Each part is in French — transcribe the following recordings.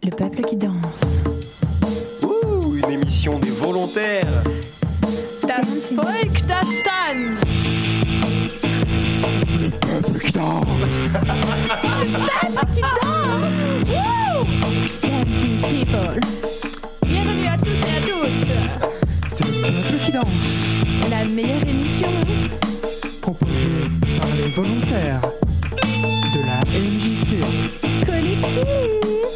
Le peuple qui danse. Ouh, une émission des volontaires. Das Volk, das tanzt. Le peuple qui danse. Le peuple qui danse. Woo! Dancing people. Bienvenue à tous et à toutes. C'est le peuple qui danse, La meilleure émission proposée par les volontaires de la MJC collective.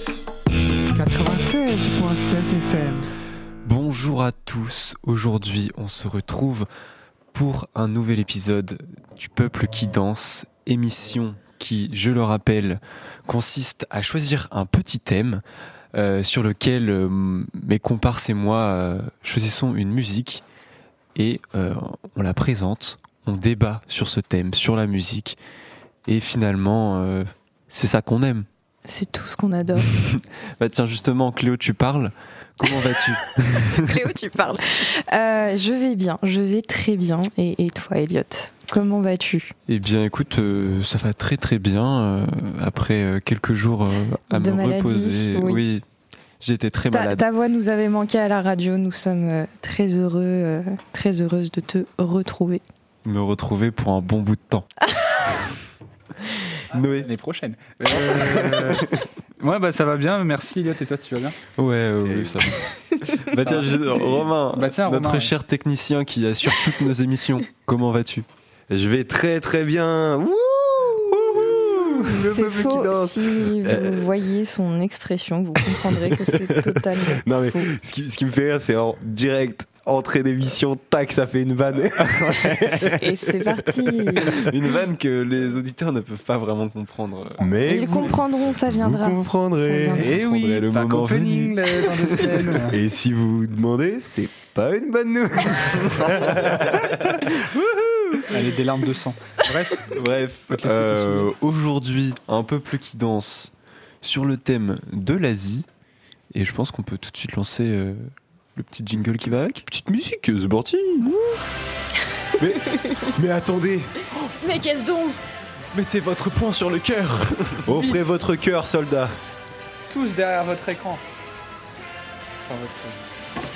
96.7 FM. Bonjour à tous, aujourd'hui on se retrouve pour un nouvel épisode du Peuple qui danse, émission qui, je le rappelle, consiste à choisir un petit thème sur lequel mes comparses et moi choisissons une musique et on la présente, on débat sur ce thème, sur la musique et finalement c'est ça qu'on aime. C'est tout ce qu'on adore. Bah tiens justement Cléo, tu parles. Comment vas-tu? Cléo, tu parles. Je vais bien, je vais très bien. Et toi, Elliot, comment vas-tu? Eh bien, écoute, ça va très très bien. Après quelques jours à De me maladie, reposer. Oui, j'ai été très malade. Ta voix nous avait manqué à la radio. Nous sommes très heureuses de te retrouver. Me retrouver pour un bon bout de temps. Noé. L'année prochaine. Ouais, bah ça va bien, merci Elliot, et toi tu vas bien? Ouais, oui, ça va. Bah tiens, Romain, notre Romain, cher technicien qui assure toutes nos émissions, comment vas-tu? Je vais très très bien. Wouh, le C'est peuple qui faux. danse. Si vous voyez son expression, vous comprendrez que c'est totalement Non mais faux. ce qui me fait rire, c'est en direct. Entrée d'émission, tac, ça fait une vanne. Et c'est parti. Une vanne que les auditeurs ne peuvent pas vraiment comprendre. Mais Ils comprendront, ça vous viendra. comprendrez. Ça viendra. Et oui, Prendrait le Pack moment Opening là, dans 2 semaines. Et si vous vous demandez, c'est pas une bonne nouvelle. Allez, des larmes de sang. Bref, Ok, c'est aujourd'hui, un peuple qui danse sur le thème de l'Asie. Et je pense qu'on peut tout de suite lancer le petit jingle qui va avec. Petite musique, c'est parti. mais attendez, Mais qu'est-ce donc? Mettez votre poing sur le cœur. offrez votre cœur, soldats. Tous derrière votre écran. Enfin, votre...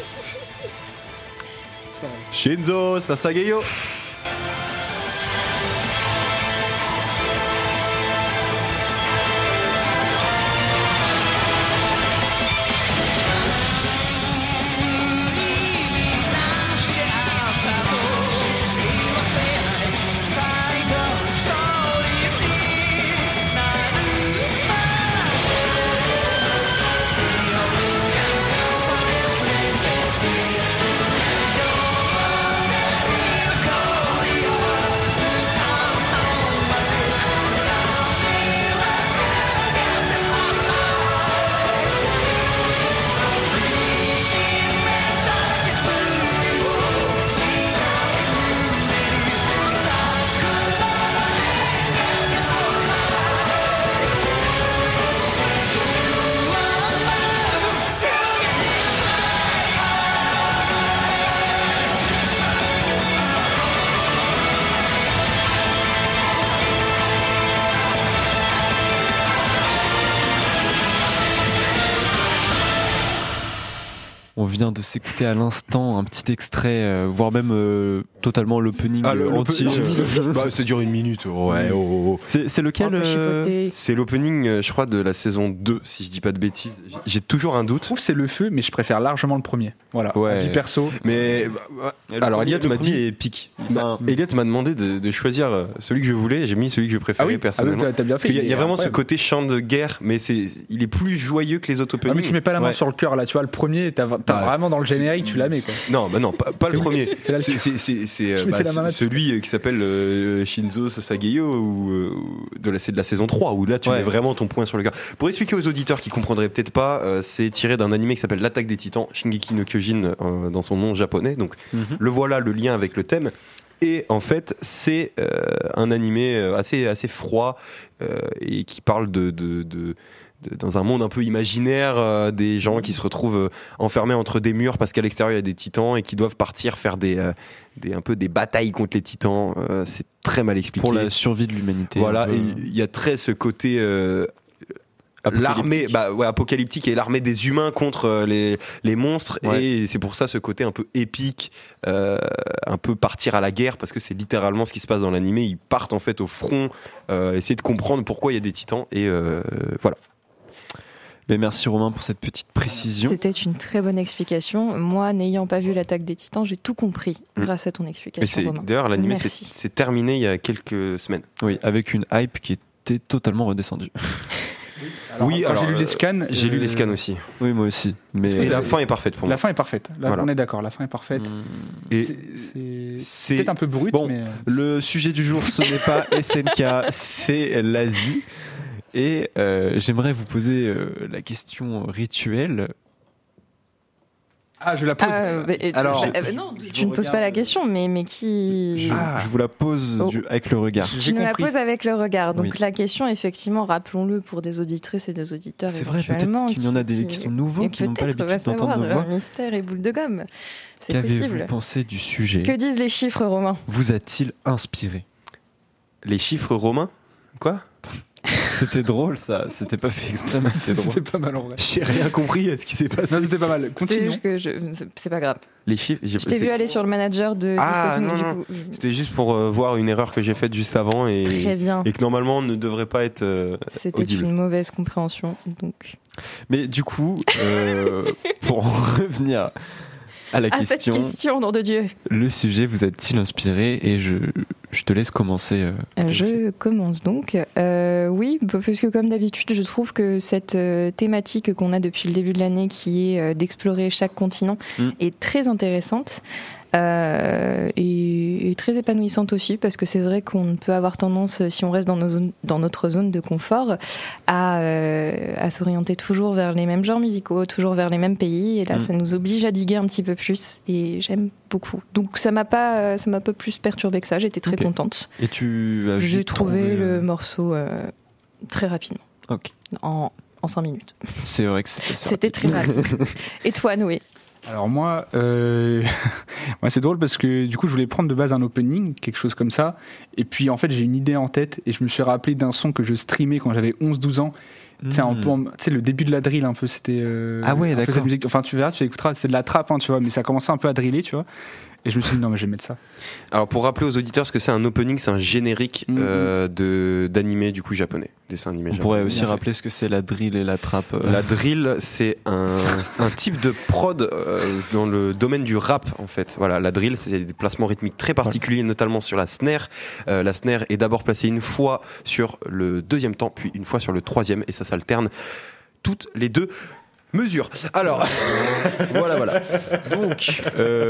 C'est pas vrai. Shinzo Sasageyo. On vient de s'écouter à l'instant un petit extrait, voire même totalement l'opening entier. Bah, ça dure 1 minute. Ouais, oh. C'est lequel On peut chipoter. C'est l'opening, je crois, de la saison 2, si je dis pas de bêtises. J'ai toujours un Je doute. trouve que c'est le feu, mais je préfère largement le premier. Voilà, Ouais. avis perso. Mais alors Elliot m'a dit, épique. Elliot m'a demandé de choisir celui que je voulais. J'ai mis celui que je préférais personnellement. t'as bien Parce fait. qu'il y a vraiment ce incroyable. côté chant de guerre, mais il est plus joyeux que les autres Ah, openings. mais tu mets pas la main Ouais. sur le cœur là, tu vois, le premier, t'as vraiment dans le générique, tu la mets quoi. Non, bah non, pas le C'est- premier. c'est là le cœur. C'est Je mettais la main là-dessus. celui qui s'appelle Shinzo Sasageyo c'est de la saison 3 où là tu Ouais. mets vraiment ton poing sur le cœur. Pour expliquer aux auditeurs qui comprendraient peut-être pas, c'est tiré d'un animé qui s'appelle L'Attaque des Titans, Shingeki no Kyojin dans son nom japonais. Donc le voilà le lien avec le thème. Et en fait, c'est un animé assez froid et qui parle dans un monde un peu imaginaire, des gens qui se retrouvent enfermés entre des murs parce qu'à l'extérieur il y a des titans et qui doivent partir faire un peu des batailles contre les titans. C'est très mal expliqué. Pour la survie de l'humanité. Voilà, et il y a très ce côté l'armée apocalyptique et l'armée des humains contre les monstres, et c'est pour ça ce côté un peu épique, un peu partir à la guerre, parce que c'est littéralement ce qui se passe dans l'animé. Ils partent en fait au front, essayer de comprendre pourquoi il y a des titans, et voilà. Mais merci Romain pour cette petite précision. C'était une très bonne explication. Moi, n'ayant pas vu l'attaque des titans, j'ai tout compris grâce à ton explication, Romain. D'ailleurs, l'animé c'est terminé il y a quelques semaines. Oui, avec une hype qui était totalement redescendue. Alors, j'ai lu les scans. J'ai lu les scans aussi. Oui, moi aussi. Mais et la fin est parfaite pour moi. La fin est parfaite. Là, on est d'accord. La fin est parfaite. Et c'est peut-être un peu brut, mais le sujet du jour, ce n'est pas SNK, c'est l'Asie. Et j'aimerais vous poser la question rituelle. Ah, je la pose. Non, tu ne poses pas la question, mais qui... Je vous la pose avec le regard. Tu nous la poses avec le regard. Donc la question, effectivement, rappelons-le pour des auditrices et des auditeurs. C'est vrai, peut-être qu'il y en a qui sont nouveaux, qui n'ont pas l'habitude d'entendre nos voix. Mystère et boule de gomme. C'est possible. Qu'avez-vous pensé du sujet? Que disent les chiffres romains? Vous a-t-il inspiré? Les chiffres romains? Quoi? C'était drôle, ça. C'était pas fait exprès, mais c'était drôle. C'était pas mal en vrai. J'ai rien compris à ce qui s'est passé. Non, c'était pas mal. Continuons. C'est pas grave. Les chiffres. Je t'ai vu aller sur le manager de Discoping, non. C'était juste pour voir une erreur que j'ai faite juste avant et que normalement ne devrait pas être C'était audible. une mauvaise compréhension. Donc. Mais du coup, pour en revenir à la question. Cette question, nom de Dieu. Le sujet vous a-t-il inspiré? Et je te laisse commencer. Je commence donc. Oui, parce que comme d'habitude, je trouve que cette thématique qu'on a depuis le début de l'année, qui est d'explorer chaque continent, est très intéressante. Et très épanouissante aussi, parce que c'est vrai qu'on peut avoir tendance, si on reste dans notre zone de confort, à s'orienter toujours vers les mêmes genres musicaux, toujours vers les mêmes pays, et là ça nous oblige à diguer un petit peu plus, et j'aime beaucoup. Donc ça m'a pas plus perturbé que ça, j'étais très contente. Et tu as J'ai trouvé le morceau très rapidement, en 5 minutes. C'est vrai que c'était très rapide. Et toi, Noé? Alors moi, c'est drôle parce que du coup je voulais prendre de base un opening, quelque chose comme ça, et puis en fait j'ai une idée en tête et je me suis rappelé d'un son que je streamais quand j'avais 11-12 ans. Tu sais, le début de la drill un peu, c'était d'accord. cette musique, enfin tu verras, tu écouteras, c'est de la trappe, tu vois, mais ça commençait un peu à driller, tu vois. Et je me suis dit non, mais je vais mettre ça. Alors pour rappeler aux auditeurs ce que c'est un opening, c'est un générique d'animé du coup japonais, dessin animé japonais. On pourrait aussi rappeler ce que c'est la drill et la trappe. La drill, c'est un type de prod dans le domaine du rap en fait. Voilà, la drill, c'est des placements rythmiques très particuliers, notamment sur la snare. La snare est d'abord placée une fois sur le deuxième temps, puis une fois sur le troisième, et ça s'alterne toutes les deux mesures. Alors, voilà. Donc,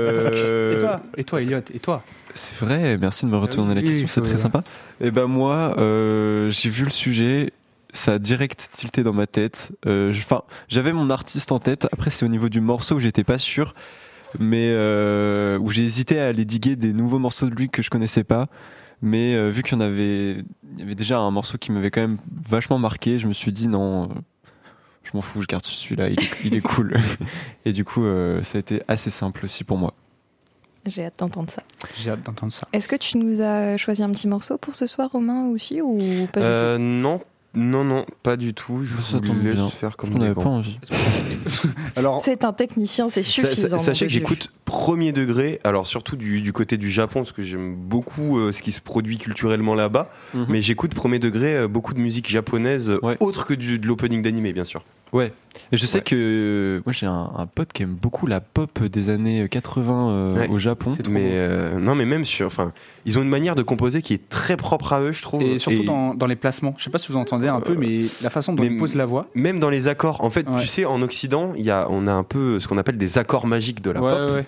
et toi, Elliot, et toi? C'est vrai, merci de me retourner la question, c'est très sympa. Et ben moi, j'ai vu le sujet, ça a direct tilté dans ma tête. J'avais mon artiste en tête. Après, c'est au niveau du morceau où j'étais pas sûr, mais où j'ai hésité à aller diguer des nouveaux morceaux de lui que je connaissais pas. Mais vu qu'il y avait déjà un morceau qui m'avait quand même vachement marqué, je me suis dit non. Je m'en fous, je garde celui-là, il est cool. Et du coup, ça a été assez simple aussi pour moi. J'ai hâte d'entendre ça. Est-ce que tu nous as choisi un petit morceau pour ce soir, Romain, aussi, ou pas du tout? Non, pas du tout. Je vous laisse faire comme on n'avait pas envie. Alors, c'est un technicien, c'est suffisant. Sachez que j'écoute premier degré, alors surtout du côté du Japon, parce que j'aime beaucoup ce qui se produit culturellement là-bas, mais j'écoute premier degré beaucoup de musique japonaise, autre que de l'opening d'animé, bien sûr. Ouais. Et je sais que moi j'ai un pote qui aime beaucoup la pop des années 80 au Japon. Non, mais même ils ont une manière de composer qui est très propre à eux, je trouve. Et surtout dans les placements. Je sais pas si vous entendez un peu, mais la façon dont ils posent la voix. Même dans les accords. En fait, tu sais, en Occident, on a un peu ce qu'on appelle des accords magiques de la pop.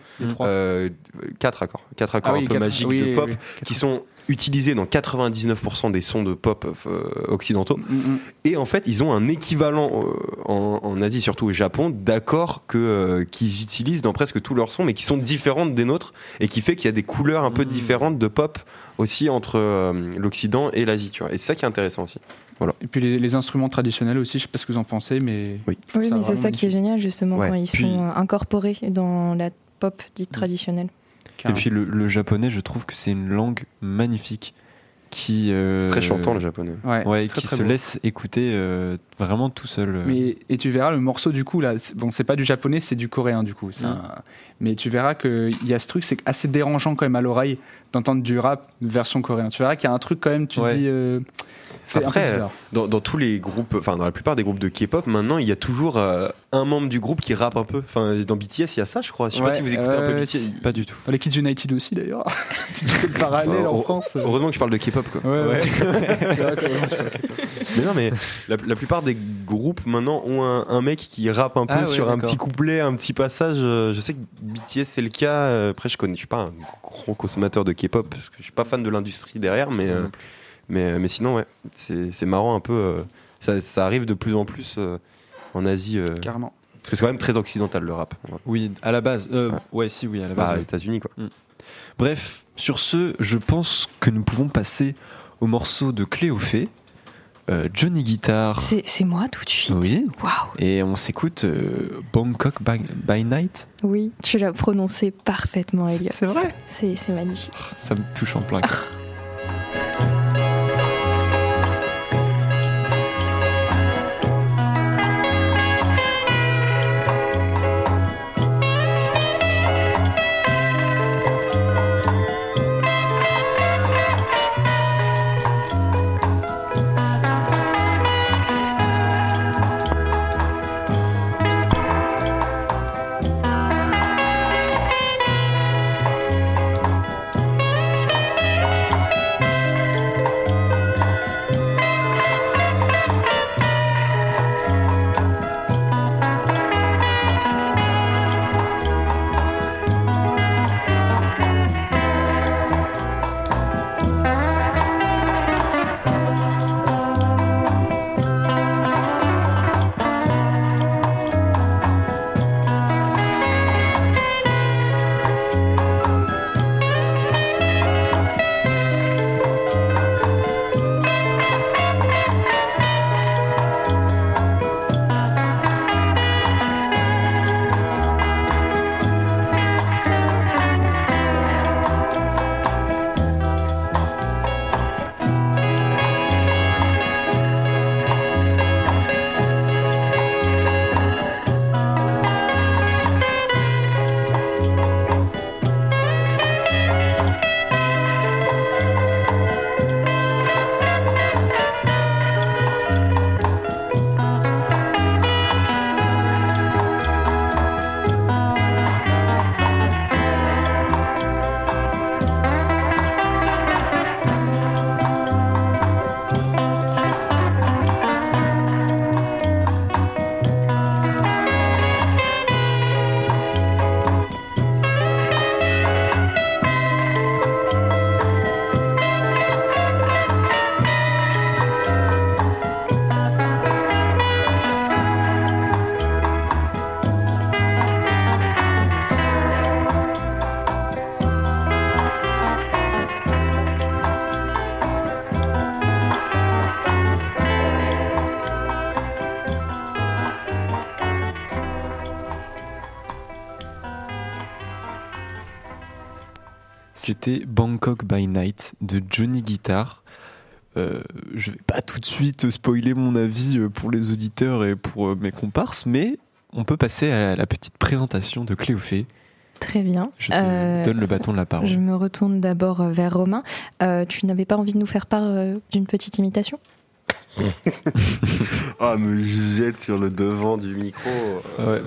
4 accords. 4 accords un peu magiques de pop qui sont utilisés dans 99% des sons de pop occidentaux. Et en fait, ils ont un équivalent en Asie, surtout au Japon, d'accords qu'ils utilisent dans presque tous leurs sons, mais qui sont différentes des nôtres, et qui fait qu'il y a des couleurs un peu différentes de pop aussi entre l'Occident et l'Asie, tu vois. Et c'est ça qui est intéressant aussi. Voilà. Et puis les instruments traditionnels aussi, je sais pas ce que vous en pensez, mais... Oui, mais c'est ça qui est génial, justement, quand ils sont incorporés dans la pop dite traditionnelle. Et puis le japonais, je trouve que c'est une langue magnifique. qui C'est très chantant le japonais. ouais, très, qui très se beau. laisse écouter vraiment tout seul. Et tu verras le morceau du coup là, c'est pas du japonais, c'est du coréen du coup. Mais tu verras qu'il y a ce truc, c'est assez dérangeant quand même à l'oreille d'entendre du rap version coréen. Tu verras qu'il y a un truc quand même, tu te dis. C'est un peu Après, bizarre. dans tous les groupes, enfin dans la plupart des groupes de K-pop, maintenant il y a toujours un membre du groupe qui rappe un peu. Enfin, dans BTS, il y a ça, je crois. Je sais pas si vous écoutez un peu BTS. Pas du tout. Dans les Kids United aussi d'ailleurs. Si tu fais le parallèle en France. Heureusement que je parle de K-pop, quoi. Ouais. C'est vrai que, Mais non, mais la plupart des groupes maintenant ont un mec qui rappe un peu sur un petit couplet, un petit passage. Je sais que BTS c'est le cas. Après, je suis pas un gros consommateur de K-pop, parce que je suis pas fan de l'industrie derrière, mais sinon, ouais, c'est marrant un peu. Ça arrive de plus en plus en Asie. carrément. Parce que c'est quand même très occidental le rap. Oui, à la base. À la base. Aux États-Unis, quoi. Bref, sur ce, je pense que nous pouvons passer au morceau de Cléophée, Johnny Guitar. C'est moi tout de suite. Oui. Waouh. Et on s'écoute Bangkok by Night. Oui, tu l'as prononcé parfaitement, Elliot. C'est vrai. C'est magnifique. Ça me touche en plein cœur. C'était Bangkok by Night de Johnny Guitar. Je vais pas tout de suite spoiler mon avis pour les auditeurs et pour mes comparses, mais on peut passer à la petite présentation de Cléophée. Très bien. Je te donne le bâton de la parole. Je me retourne d'abord vers Romain. Tu n'avais pas envie de nous faire part d'une petite imitation ? Ah, me jette sur le devant du micro. Ouais.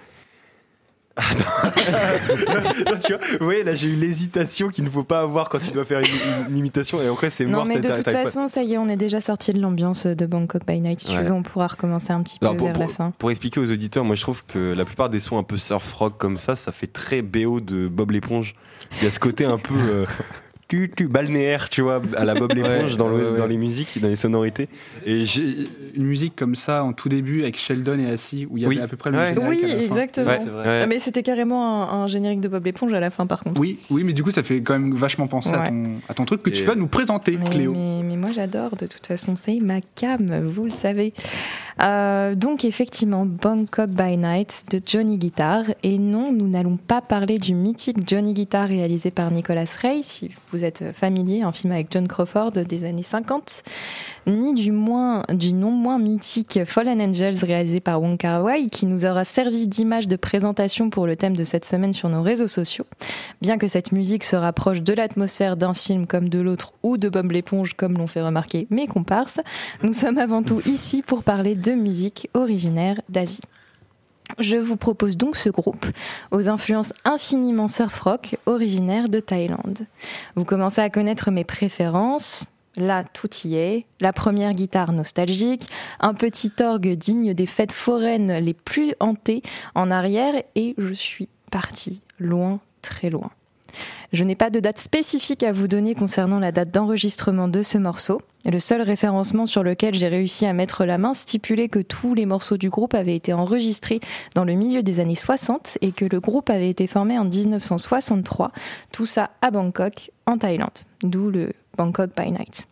Non, tu vois, vous voyez, là j'ai eu l'hésitation qu'il ne faut pas avoir quand tu dois faire une imitation, et après c'est mort. Non, mais de toute façon, ça y est, on est déjà sorti de l'ambiance de Bangkok by Night. Si tu veux, on pourra recommencer un petit peu vers la fin. Pour expliquer aux auditeurs, moi je trouve que la plupart des sons un peu surf rock comme ça fait très BO de Bob l'éponge. Il y a ce côté un peu balnéaire, tu vois, à la Bob l'éponge dans les musiques, dans les sonorités. Et j'ai une musique comme ça en tout début avec Sheldon et Assis où il y avait à peu près le même générique. Oui, à la fin. exactement. Ouais. Mais c'était carrément un générique de Bob l'éponge à la fin, par contre. Oui, mais du coup, ça fait quand même vachement penser à ton truc que tu vas nous présenter, Cléo. Mais moi, j'adore. De toute façon, c'est ma cam, vous le savez. Donc effectivement, Bangkok by Night de Johnny Guitar. Et non, nous n'allons pas parler du mythique Johnny Guitar réalisé par Nicholas Ray, si vous êtes familier, un film avec John Crawford des années 50, ni du non moins mythique Fallen Angels réalisé par Wong Kar-wai, qui nous aura servi d'image de présentation pour le thème de cette semaine sur nos réseaux sociaux. Bien que cette musique se rapproche de l'atmosphère d'un film comme de l'autre ou de Bob l'éponge comme l'ont fait remarquer mes comparses, nous sommes avant tout ici pour parler de musique originaire d'Asie. Je vous propose donc ce groupe aux influences infiniment surf rock originaire de Thaïlande. Vous commencez à connaître mes préférences. Là, tout y est. La première guitare nostalgique, un petit orgue digne des fêtes foraines les plus hantées en arrière, et je suis partie loin, très loin. Je n'ai pas de date spécifique à vous donner concernant la date d'enregistrement de ce morceau. Le seul référencement sur lequel j'ai réussi à mettre la main stipulait que tous les morceaux du groupe avaient été enregistrés dans le milieu des années 60 et que le groupe avait été formé en 1963, tout ça à Bangkok, en Thaïlande, d'où le Bangkok by Night.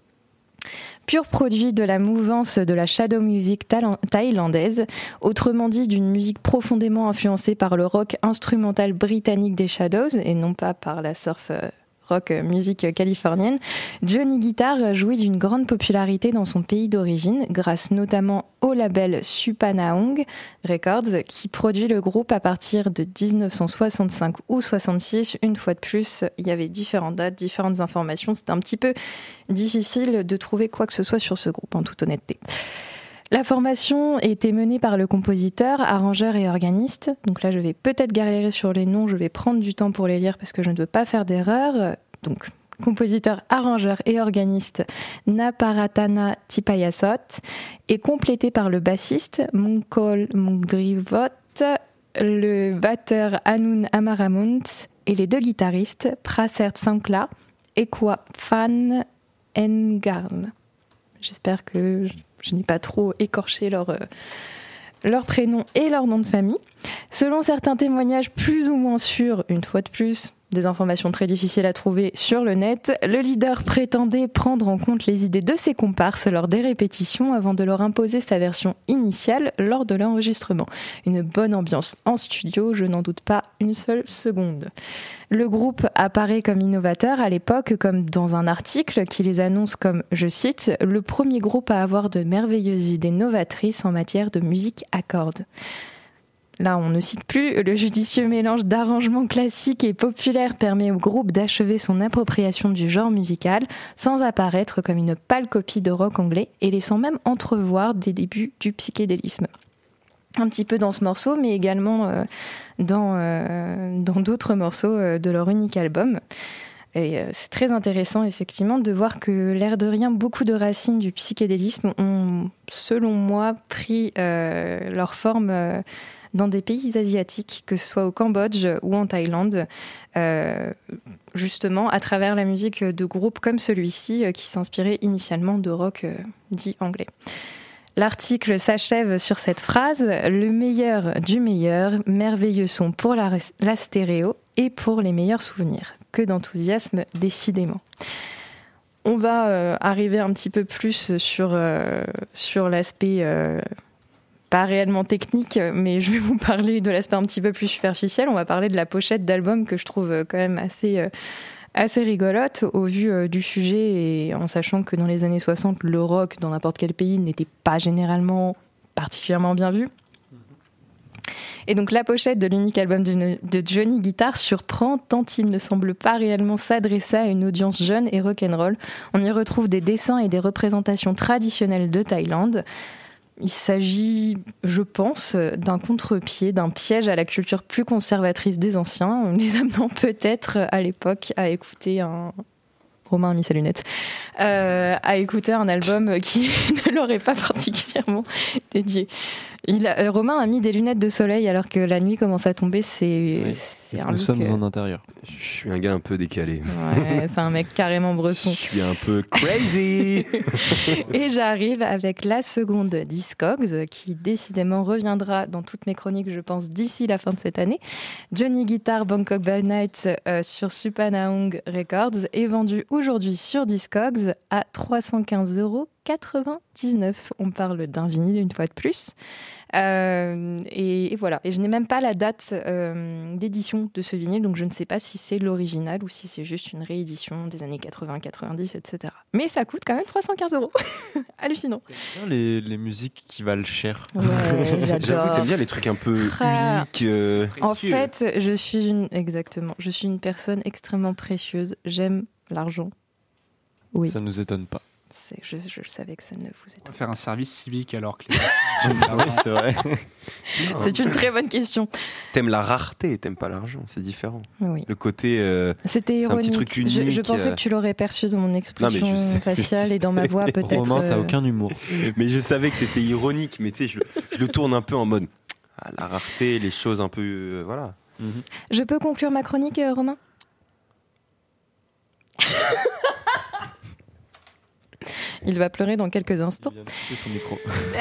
Pur produit de la mouvance de la shadow music thaïlandaise, autrement dit d'une musique profondément influencée par le rock instrumental britannique des Shadows et non pas par la surf rock musique californienne, Johnny Guitar jouit d'une grande popularité dans son pays d'origine grâce notamment au label Supanaong Records qui produit le groupe à partir de 1965 ou 66. Une fois de plus, il y avait différentes dates, différentes informations. C'était un petit peu difficile de trouver quoi que ce soit sur ce groupe, en toute honnêteté. La formation était menée par le compositeur, arrangeur et organiste. Donc là, je vais peut-être galérer sur les noms, je vais prendre du temps pour les lire parce que je ne veux pas faire d'erreur. Donc, compositeur, arrangeur et organiste Naparatana Tipayasot est complété par le bassiste Mongkol Mongdrivot, le batteur Anun Amaramunt et les deux guitaristes Prasert Sankla et Kwa Phan Ngarn. J'espère que je n'ai pas trop écorché leur prénom et leur nom de famille. Selon certains témoignages plus ou moins sûrs, une fois de plus, des informations très difficiles à trouver sur le net, le leader prétendait prendre en compte les idées de ses comparses lors des répétitions avant de leur imposer sa version initiale lors de l'enregistrement. Une bonne ambiance en studio, je n'en doute pas une seule seconde. Le groupe apparaît comme innovateur à l'époque, comme dans un article qui les annonce comme, je cite, « le premier groupe à avoir de merveilleuses idées novatrices en matière de musique à cordes ». Là, on ne cite plus, le judicieux mélange d'arrangements classiques et populaires permet au groupe d'achever son appropriation du genre musical sans apparaître comme une pâle copie de rock anglais et laissant même entrevoir des débuts du psychédélisme. Un petit peu dans ce morceau, mais également dans d'autres morceaux de leur unique album. Et c'est très intéressant, effectivement, de voir que, l'air de rien, beaucoup de racines du psychédélisme ont, selon moi, pris leur forme dans des pays asiatiques, que ce soit au Cambodge ou en Thaïlande, justement à travers la musique de groupes comme celui-ci, qui s'inspirait initialement de rock dit anglais. L'article s'achève sur cette phrase « Le meilleur du meilleur, merveilleux son pour la stéréo et pour les meilleurs souvenirs. Que d'enthousiasme, décidément ». On va arriver un petit peu plus sur l'aspect pas réellement technique, mais je vais vous parler de l'aspect un petit peu plus superficiel. On va parler de la pochette d'album que je trouve quand même assez rigolote au vu du sujet et en sachant que dans les années 60, le rock dans n'importe quel pays n'était pas généralement particulièrement bien vu. Et donc la pochette de l'unique album de Johnny Guitar surprend tant il ne semble pas réellement s'adresser à une audience jeune et rock'n'roll. On y retrouve des dessins et des représentations traditionnelles de Thaïlande. Il s'agit, je pense, d'un contre-pied, d'un piège à la culture plus conservatrice des anciens, les amenant peut-être à l'époque à écouter un... Romain a mis ses lunettes. À écouter un album qui ne leur est pas particulièrement dédié. Romain a mis des lunettes de soleil alors que la nuit commence à tomber, c'est c'est un Nous look. sommes en intérieur. Je suis un gars un peu décalé. Ouais, c'est un mec carrément Je bresson. suis un peu crazy. Et j'arrive avec la seconde Discogs, qui décidément reviendra dans toutes mes chroniques, je pense, d'ici la fin de cette année. Johnny Guitar Bangkok by Night sur Supanaong Records est vendu aujourd'hui sur Discogs à 315,99 €. On parle d'un vinyle une fois de plus. Et voilà. Et je n'ai même pas la date d'édition de ce vinyle, donc je ne sais pas si c'est l'original ou si c'est juste une réédition des années 80, 90, etc. Mais ça coûte quand même 315 €. Hallucinant. Bien les musiques qui valent cher. Ouais, J'avoue, j'adore. t'aimes bien les trucs un peu Ah. uniques. En fait, je suis une personne extrêmement précieuse. J'aime l'argent. Oui, Ça nous étonne pas. je savais que ça ne vous On va étonne faire un service civique alors que Oui, c'est vrai. pas. C'est une très bonne question. T'aimes la rareté, t'aimes pas l'argent, c'est différent. Oui. Le côté. C'était C'est un petit ironique. truc unique, Je pensais que tu l'aurais perçu dans mon expression je sais, faciale et dans ma voix peut-être. Romain, t'as aucun humour. Mais je savais que c'était ironique, mais tu sais, je le tourne un peu en mode. La rareté, les choses un peu. Voilà. Je peux conclure ma chronique, Romain ? Il va pleurer dans quelques instants. Il vient de couper son micro.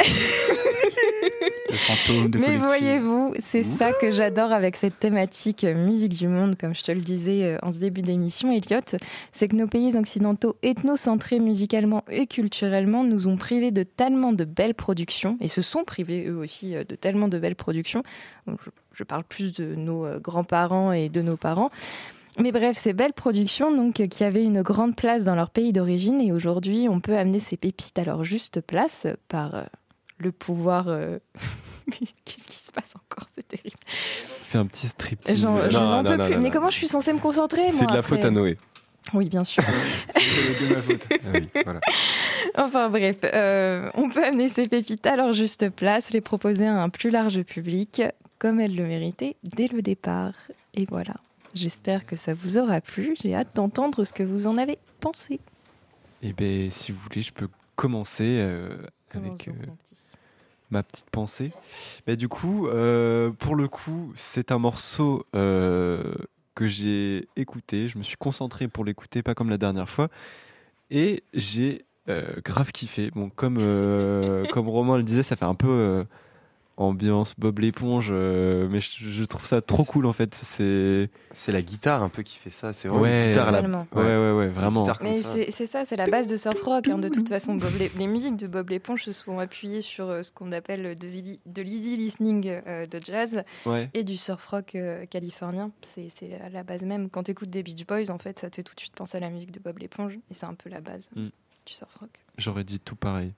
le fantôme de Mais collectif. voyez-vous, c'est ça que j'adore avec cette thématique musique du monde, comme je te le disais en ce début d'émission, Elliot, c'est que nos pays occidentaux ethnocentrés musicalement et culturellement nous ont privés de tellement de belles productions, et se sont privés eux aussi de tellement de belles productions. Je parle plus de nos grands-parents et de nos parents. Mais bref, ces belles productions donc, qui avaient une grande place dans leur pays d'origine, et aujourd'hui on peut amener ces pépites à leur juste place par le pouvoir... Qu'est-ce qui se passe encore? C'est terrible. Fais un petit striptease. Je Non, n'en non, peux non, plus. non, Mais non. comment je suis censée me concentrer C'est moi, de la après faute à Noé. Oui, bien sûr. C'est de ma faute. Ah oui, voilà. Enfin bref, on peut amener ces pépites à leur juste place, les proposer à un plus large public, comme elles le méritaient dès le départ. Et voilà. J'espère que ça vous aura plu. J'ai hâte d'entendre ce que vous en avez pensé. Et ben, si vous voulez, je peux commencer avec Commençons, mon petit. ma petite pensée. Mais du coup, pour le coup, c'est un morceau que j'ai écouté. Je me suis concentré pour l'écouter, pas comme la dernière fois. Et j'ai grave kiffé. Bon, comme Romain le disait, ça fait un peu ambiance Bob l'éponge, mais je trouve ça trop cool en fait. C'est la guitare un peu qui fait ça. C'est vraiment Ouais. une guitare à la. Totalement. ouais, vraiment. Guitare comme Mais ça. c'est ça, c'est la base de surf rock. Hein. De toute façon, les musiques de Bob l'éponge se sont appuyées sur ce qu'on appelle de l'easy listening de jazz Ouais. et du surf rock californien. C'est à la base même. Quand tu écoutes des Beach Boys, en fait, ça te fait tout de suite penser à la musique de Bob l'éponge. Et c'est un peu la base du surf rock. J'aurais dit tout pareil.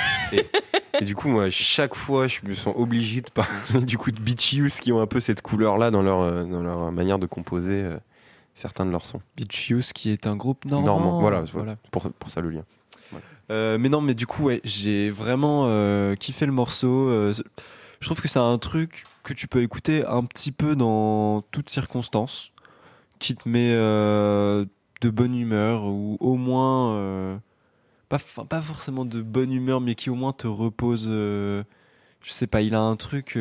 Et du coup, moi, chaque fois, je me sens obligé de parler du coup de Beach Youth qui ont un peu cette couleur-là dans leur manière de composer certains de leurs sons. Beach Youth qui est un groupe normand. Voilà. Voilà. Pour ça le lien. Mais non, mais du coup, ouais, j'ai vraiment kiffé le morceau. Je trouve que c'est un truc que tu peux écouter un petit peu dans toutes circonstances, qui te met de bonne humeur ou au moins pas forcément de bonne humeur, mais qui au moins te repose. Je sais pas, il a un truc.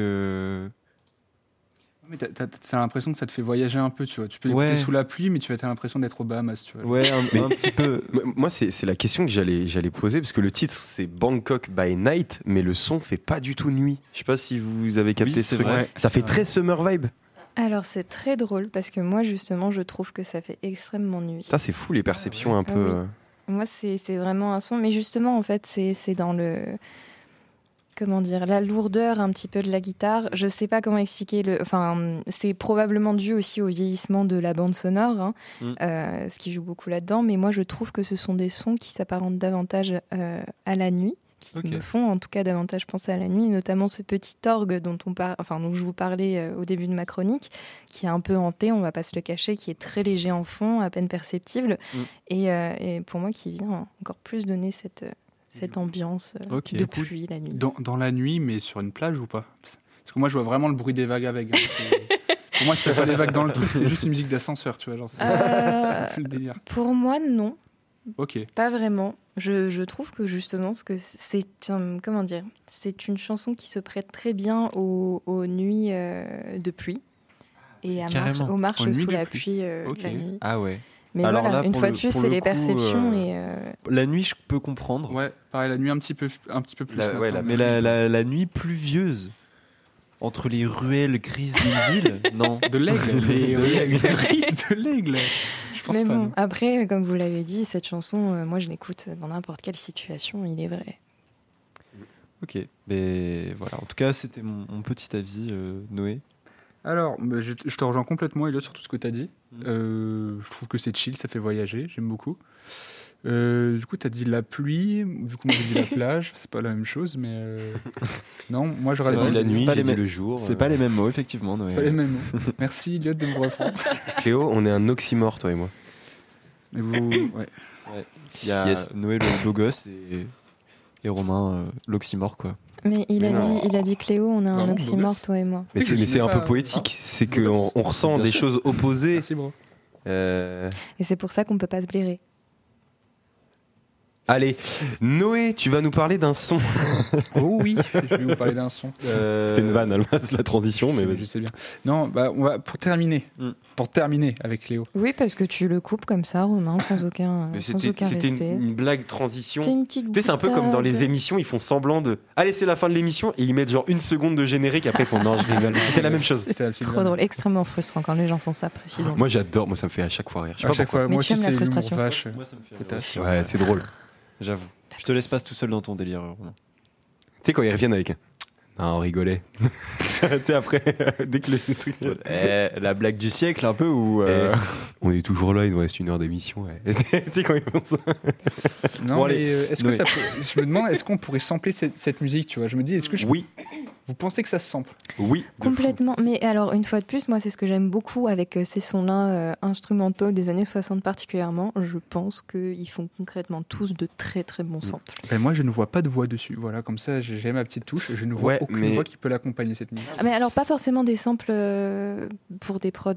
Mais t'as l'impression que ça te fait voyager un peu, tu vois. Tu peux l'écouter Ouais. sous la pluie, mais tu vas avoir l'impression d'être aux Bahamas, tu vois. Ouais, un petit peu. Moi, c'est la question que j'allais poser parce que le titre c'est Bangkok by Night, mais le son fait pas du tout nuit. Je sais pas si vous avez capté Oui, ce c'est truc. vrai. Ça fait très summer vibe. Alors, c'est très drôle parce que moi, justement, je trouve que ça fait extrêmement nuit. Ça, c'est fou les perceptions un Ah peu. oui. Moi, c'est vraiment un son. Mais justement, en fait, c'est dans le... Comment dire, la lourdeur un petit peu de la guitare. Je sais pas comment expliquer. Enfin, c'est probablement dû aussi au vieillissement de la bande sonore, hein, ce qui joue beaucoup là-dedans. Mais moi, je trouve que ce sont des sons qui s'apparentent davantage à la nuit, qui Ok. me font en tout cas davantage penser à la nuit, notamment ce petit orgue dont je vous parlais au début de ma chronique, qui est un peu hanté, on va pas se le cacher, qui est très léger en fond, à peine perceptible, et pour moi qui vient encore plus donner cette ambiance Ok. de pluie la nuit. Dans la nuit, mais sur une plage ou pas? Parce que moi, je vois vraiment le bruit des vagues avec. Hein. Pour moi, s'il n'y a pas les vagues dans le truc, c'est juste une musique d'ascenseur, tu vois. Genre, c'est plus le délire. Pour moi, non, Ok. pas vraiment. Je trouve que justement, parce que c'est comment dire, c'est une chanson qui se prête très bien aux nuits de pluie. et Carrément. aux marches En nuit sous de la pluie. pluie Ok. la nuit. Ah ouais. Mais Alors voilà, là, une pour fois le- de plus, pour c'est le les coup, perceptions et La nuit, je peux comprendre. Ouais, pareil, la nuit un petit peu plus. Mais la nuit pluvieuse, entre les ruelles grises d'une ville, non. De l'aigle, les rises de l'aigle. Je pense mais pas. bon, non. après, comme vous l'avez dit, cette chanson, moi je l'écoute dans n'importe quelle situation, il est vrai. Ok, mais voilà. En tout cas, c'était mon petit avis, Noé. Alors, bah, je te rejoins complètement, Elliot, sur tout ce que tu as dit. Je trouve que c'est chill, ça fait voyager, j'aime beaucoup. Du coup, tu as dit la pluie, du coup, moi j'ai dit la plage, c'est pas la même chose, mais. Non, moi j'aurais Ça dit la nuit, pas j'ai les dit mêmes- le jour. C'est pas les mêmes mots, effectivement, Noé. C'est pas les mêmes mots. Merci, Elliot, de me reprendre. Cléo, on est un oxymore, toi et moi. Mais vous. Ouais. Il y a Yes. Noé le beau gosse et Romain l'oxymore, quoi. Mais il a dit Cléo, on a un Vraiment, oxymore, beau toi et moi. Mais Je c'est sais un pas, peu poétique. C'est qu'on on ressent Bien des sûr. choses opposées. Merci, bro. Et c'est pour ça qu'on peut pas se blairer. Allez, Noé, tu vas nous parler d'un son. Oh oui, je vais vous parler d'un son. C'était une vanne, Almas, la transition, mais Je sais bien. Non, bah, on va, pour terminer avec Léo. Oui, parce que tu le coupes comme ça, Romain, sans aucun c'était respect. une blague transition. C'était une petite Tu sais, c'est un peu comme dans les boutade. émissions, ils font semblant de. Allez, c'est la fin de l'émission, et ils mettent genre une seconde de générique, après ils font non, je rigole. C'était la même chose. C'est Trop drôle, extrêmement frustrant quand les gens font ça, précisément. Moi j'adore, moi ça me fait à chaque fois rire. Je sais À pas chaque pourquoi. fois, Mais moi tu aussi, aimes la c'est l'humour frustration. vache. Moi, ça me fait Potasse. Ouais, c'est drôle. J'avoue. Je te laisse pas tout seul dans ton délire, Romain. Tu sais, quand ils reviennent avec un. Non, on rigolait. Tu sais, après, dès que le truc. La blague du siècle, un peu, ou... On est toujours là, il nous reste 1 heure d'émission. Ouais. Tu sais, quand ils font ça. Non, Bon, mais allez, est-ce que Noé. ça peut... Je me demande, est-ce qu'on pourrait sampler cette musique, tu vois? Je me dis, est-ce que Oui, vous pensez que ça se sample? oui. de Complètement. Mais alors, une fois de plus, moi, c'est ce que j'aime beaucoup avec ces sons-là instrumentaux des années 60 particulièrement. Je pense qu'ils font concrètement tous de très très bons samples. Ben, moi, je ne vois pas de voix dessus. Voilà, comme ça, j'ai ma petite touche. Je ne vois Ouais, aucune mais- voix qui peut l'accompagner, cette musique. Ah, mais alors, pas forcément des samples pour des prods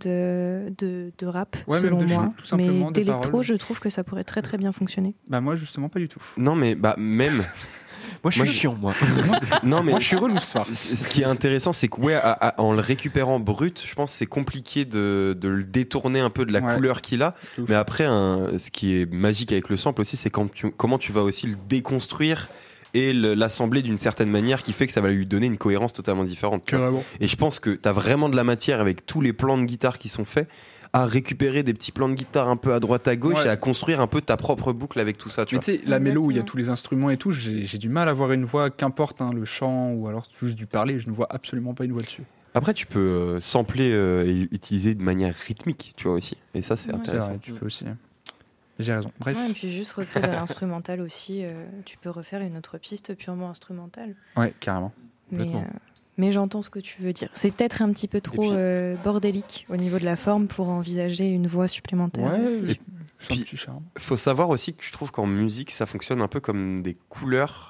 de rap, Ouais, même selon de chant, moi. tout simplement, Mais des d'électro, paroles. je trouve que ça pourrait très très bien fonctionner. Bah, moi, justement, pas du tout. Non, mais bah, même. Moi, je Moi, suis je- chiant, moi. Non, mais Moi, je suis relou ce soir. ce qui est intéressant, c'est que ouais, en le récupérant brut, je pense que c'est compliqué de le détourner un peu de la Ouais. couleur qu'il a. De ouf. Mais après, ce qui est magique avec le sample aussi, c'est comment tu vas aussi le déconstruire et l'assembler d'une certaine manière qui fait que ça va lui donner une cohérence totalement différente. tu vois. Carrément. Et je pense que tu as vraiment de la matière avec tous les plans de guitare qui sont faits à récupérer des petits plans de guitare un peu à droite à gauche Ouais. et à construire un peu ta propre boucle avec tout ça. Tu Mais vois. tu sais, la mélo où il y a Exactement. tous les instruments et tout, j'ai du mal à voir une voix, qu'importe le chant ou alors juste du parler, je ne vois absolument pas une voix dessus. Après, tu peux sampler et utiliser de manière rythmique, tu vois aussi. Et ça, c'est Ouais. C'est intéressant. vrai, tu peux aussi. J'ai raison. Bref. Ouais, et puis juste recréer de l'instrumental aussi. Tu peux refaire une autre piste purement instrumentale. Ouais, carrément. Complètement. Mais j'entends ce que tu veux dire. C'est peut-être un petit peu trop bordélique au niveau de la forme pour envisager une voix supplémentaire. Ouais, Et c'est un puis- petit charme. Faut savoir aussi que je trouve qu'en musique, ça fonctionne un peu comme des couleurs.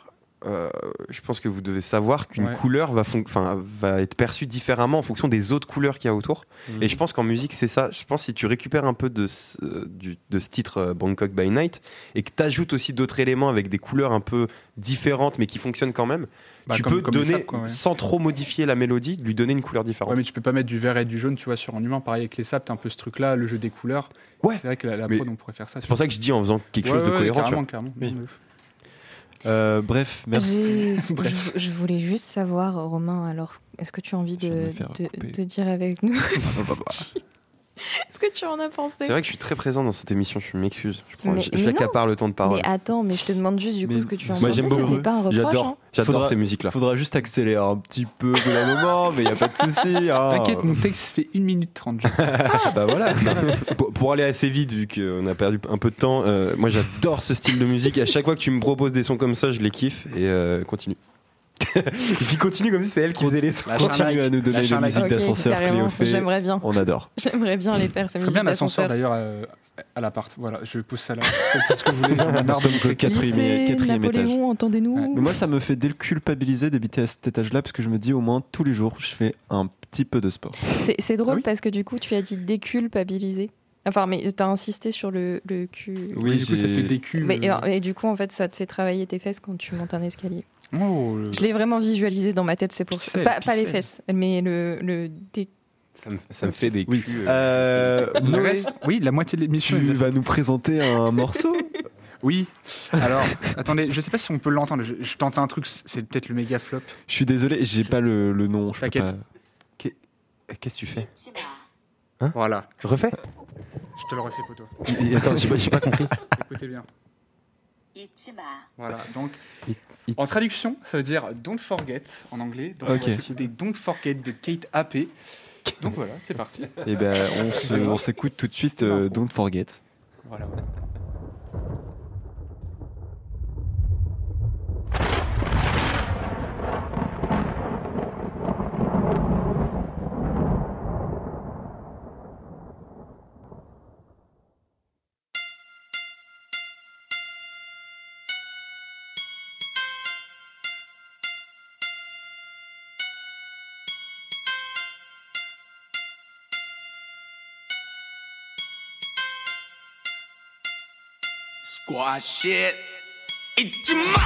Je pense que vous devez savoir qu'une Ouais. couleur va être perçue différemment en fonction des autres couleurs qu'il y a autour. Et je pense qu'en musique, c'est ça. Je pense que si tu récupères un peu de ce titre Bangkok by Night et que tu ajoutes aussi d'autres éléments avec des couleurs un peu différentes mais qui fonctionnent quand même, Bah, tu comme- peux comme les donner, sapes, quoi, ouais. sans trop modifier la mélodie, lui donner une couleur différente. Ouais, mais tu peux pas mettre du vert et du jaune, tu vois, sur un humain. Pareil avec les sapes, t'as un peu ce truc-là, le jeu des couleurs. Ouais. C'est vrai que la Mais prod, on pourrait faire ça. C'est pour ça que je dis en faisant quelque chose de cohérent. Tu vois. Carrément. Oui. De ouf. Bref, merci. Bref. Je voulais juste savoir, Romain, alors, est-ce que tu as envie Je viens de de, me faire couper. de dire avec nous ce que tu en as pensé? C'est vrai que je suis très présent dans cette émission, je m'excuse. Mais J'accapare le temps de parole. Mais attends, mais je te demande juste du coup Mais ce que tu en moi, pensais. j'aime beaucoup. C'était pas un reproche. J'adore Faudra- ces musiques-là. Faudra juste accélérer un petit peu au bout d'un moment, mais il n'y a pas de souci. hein. T'inquiète, mon texte fait 1 minute 30. Ah, bah voilà. Pour aller assez vite, vu qu'on a perdu un peu de temps, moi j'adore ce style de musique. Et à chaque fois que tu me proposes des sons comme ça, je les kiffe. Et continue. J'y continue comme si c'est elle qui faisait les sons. Continue à nous donner des Lâche-la, musiques Ok, d'ascenseur carrément. Cléo fait. J'aimerais bien. On adore. J'aimerais bien les faire, ces Très musiques bien l'ascenseur d'ascenseur. d'ailleurs à l'appart. Voilà, je pousse ça là. C'est ce que vous voulez. Nous sommes au quatrième étage. Napoléon, entendez-nous. Ouais. Mais moi, ça me fait déculpabiliser d'habiter à cet étage-là parce que je me dis au moins tous les jours, je fais un petit peu de sport. C'est drôle Ah oui parce que du coup, tu as dit déculpabiliser. Enfin, mais t'as insisté sur le cul. Oui, du coup, ça j'ai- fait des culs. Et du coup, en fait, ça te fait travailler tes fesses quand tu montes un escalier. Oh, Je l'ai vraiment visualisé dans ma tête, c'est pour ça. Pixel, Pas les pixel. fesses, mais le Ça me fait des Oui. culs. Le Noé, reste, oui, la moitié de l'émission. tu vas nous présenter un morceau. Oui. Alors, attendez, je sais pas si on peut l'entendre. Je tente un truc, c'est peut-être le méga flop. Je suis désolé, j'ai pas le nom. Je peux T'inquiète. pas- Qu'est-ce que tu fais? Voilà. Refais. Je te le refais, poto. Attends, j'ai pas compris. Écoutez bien. 잊지 마. Voilà. Donc, It- en traduction, ça veut dire Don't Forget en anglais. Donc, Ok. on va s'écouter Don't Forget de Kate AP. Donc voilà, c'est parti. Eh ben, on s'écoute tout de suite Don't Forget. Voilà. Squash it, 잊지 마.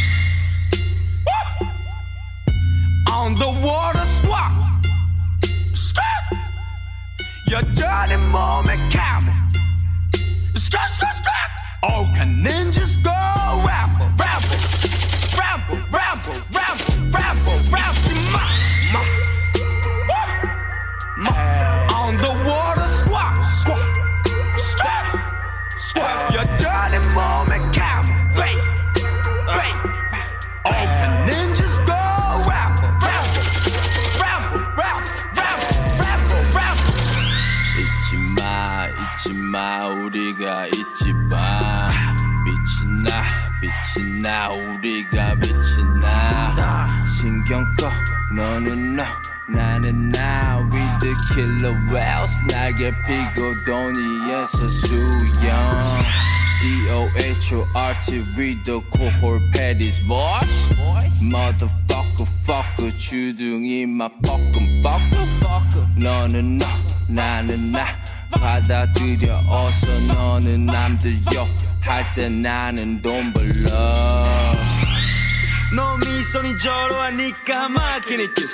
Woo! On the water squat. Squat. Your dirty moment count. Squat, squat, squat. All can ninjas go ramble, ramble, ramble, ramble, ramble, ramble, ramble. Ma. Woo! On the water squat. Squat. Squat. Squat. Your dirty moment count. Wait. Wait. All can ninjas go ramble, ramble, ramble, ramble, ramble, ramble, ramble. 잊지 마, 우리가 잊지 마. 빛이 나, 우리가 빛이 나. 신경 꺼, 너는 너, 나는 나. With the killer whales, 날개 피고 돈 위에서 수영. COHORT with the cohort patties, boys. Motherfucker, fucker, 주둥이 막 fucker. 너는 너, 나는 나. 받아들여 어서 너는 남들 욕할 때 나는 돈 벌러. 너 미소니 저러하니까 막히니 키스.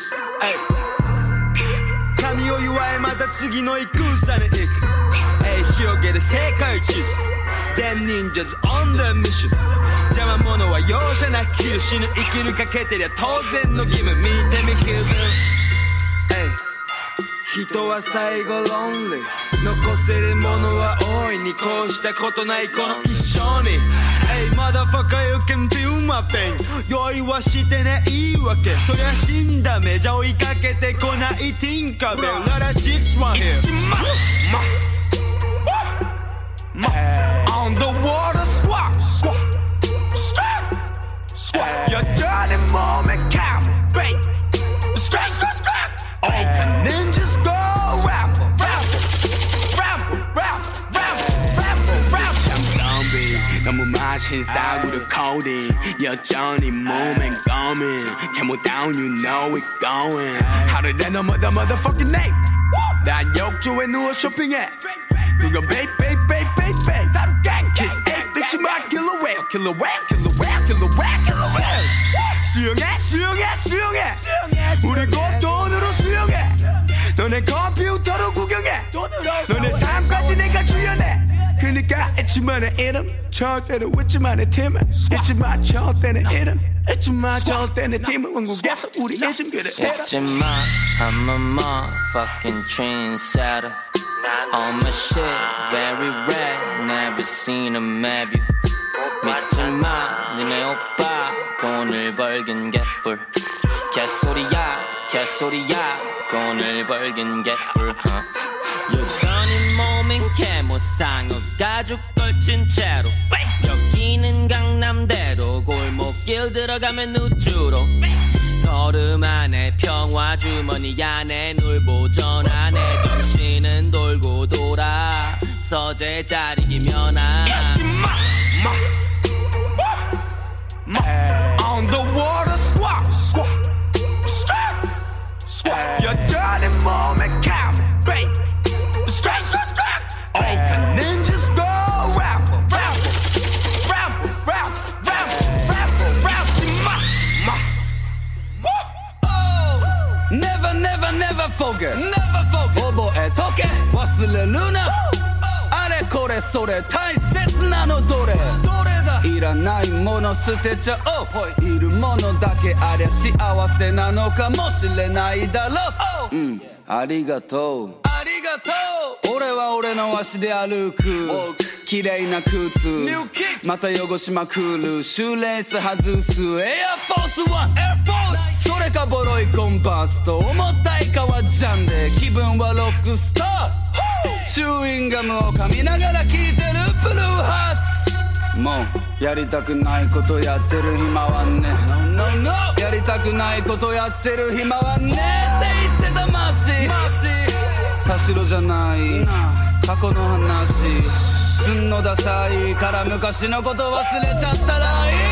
髪を祝いまた次の戦に行く。広げる世界地図。Them ninjas on the mission。邪魔者は容赦なく切る死ぬ生きるかけてりゃ当然の義務。見てみ気分。人は最後ロンリー。残せるものは大いにこうしたことないこの一生に。Hey motherfucker you can feel my pain。用意はしてないわけ。そりゃ死んだ目じゃ追いかけてこないティンカベル。Let us chicks one here。On the water squat. Squat. Squat. Your dirty moment count. Squat, squat, squat. All can ninjas go ramble, ramble, ramble, ramble, ramble, ramble. I'm zombie. 너무 마신 싸구려 codeine. 여전히 moving, going. Camel down, you know it going. Hotter than a motherfucking name. 난 욕조에 누워 쇼핑해. 그거 babe. Kiss egg, bitch, you my killer whale. 수영해. 우리 곧 돈으로 수영해. 너네 컴퓨터로 구경해. 너네 삶까지 내가 주연해. 그니까 잊지 마 내 이름. 절대로 잊지 마 내 팀은. 잊지 마 절대 내 이름. 잊지 마 절대 내 팀은. 왕국에서 우리 잊음 그래. 잊지 마, I'm a motherfucking trendsetter. All my shit very rare. Never seen a map you. 믿지 마, 니네 오빠 돈을 벌긴 개뿔. 개소리야, 돈을 벌긴 개뿔. 여전히 몸인 캐모상어 가죽 걸친 채로. 여기는 강남대로 골목길 들어가면 우주로. 걸음 안에 평화 주머니 안에 놀보전 안에 정신은 돌고 돌아. 서재 자리기면 On the water squat. Your dirty moment count. Squat. All can ninjas go ramble, ramble. Never forget. れそれ大切なのどれいらないもの捨てちゃおういるものだけありゃ幸せなのかもしれないだろう、ありがとうありがとう俺は俺の足で歩く綺麗な靴また汚しまくるシューレース外すエアフォースワンエアフォースそれかボロいコンパスと重たい革ジャンで気分はロックスターチューインガムを噛みながら聴いてるブルーハーツもうやりたくないことやってる暇はね no, no, no やりたくないことやってる暇はねって言ってたマシ田代じゃない過去の話すんのダサいから昔のこと忘れちゃったらいい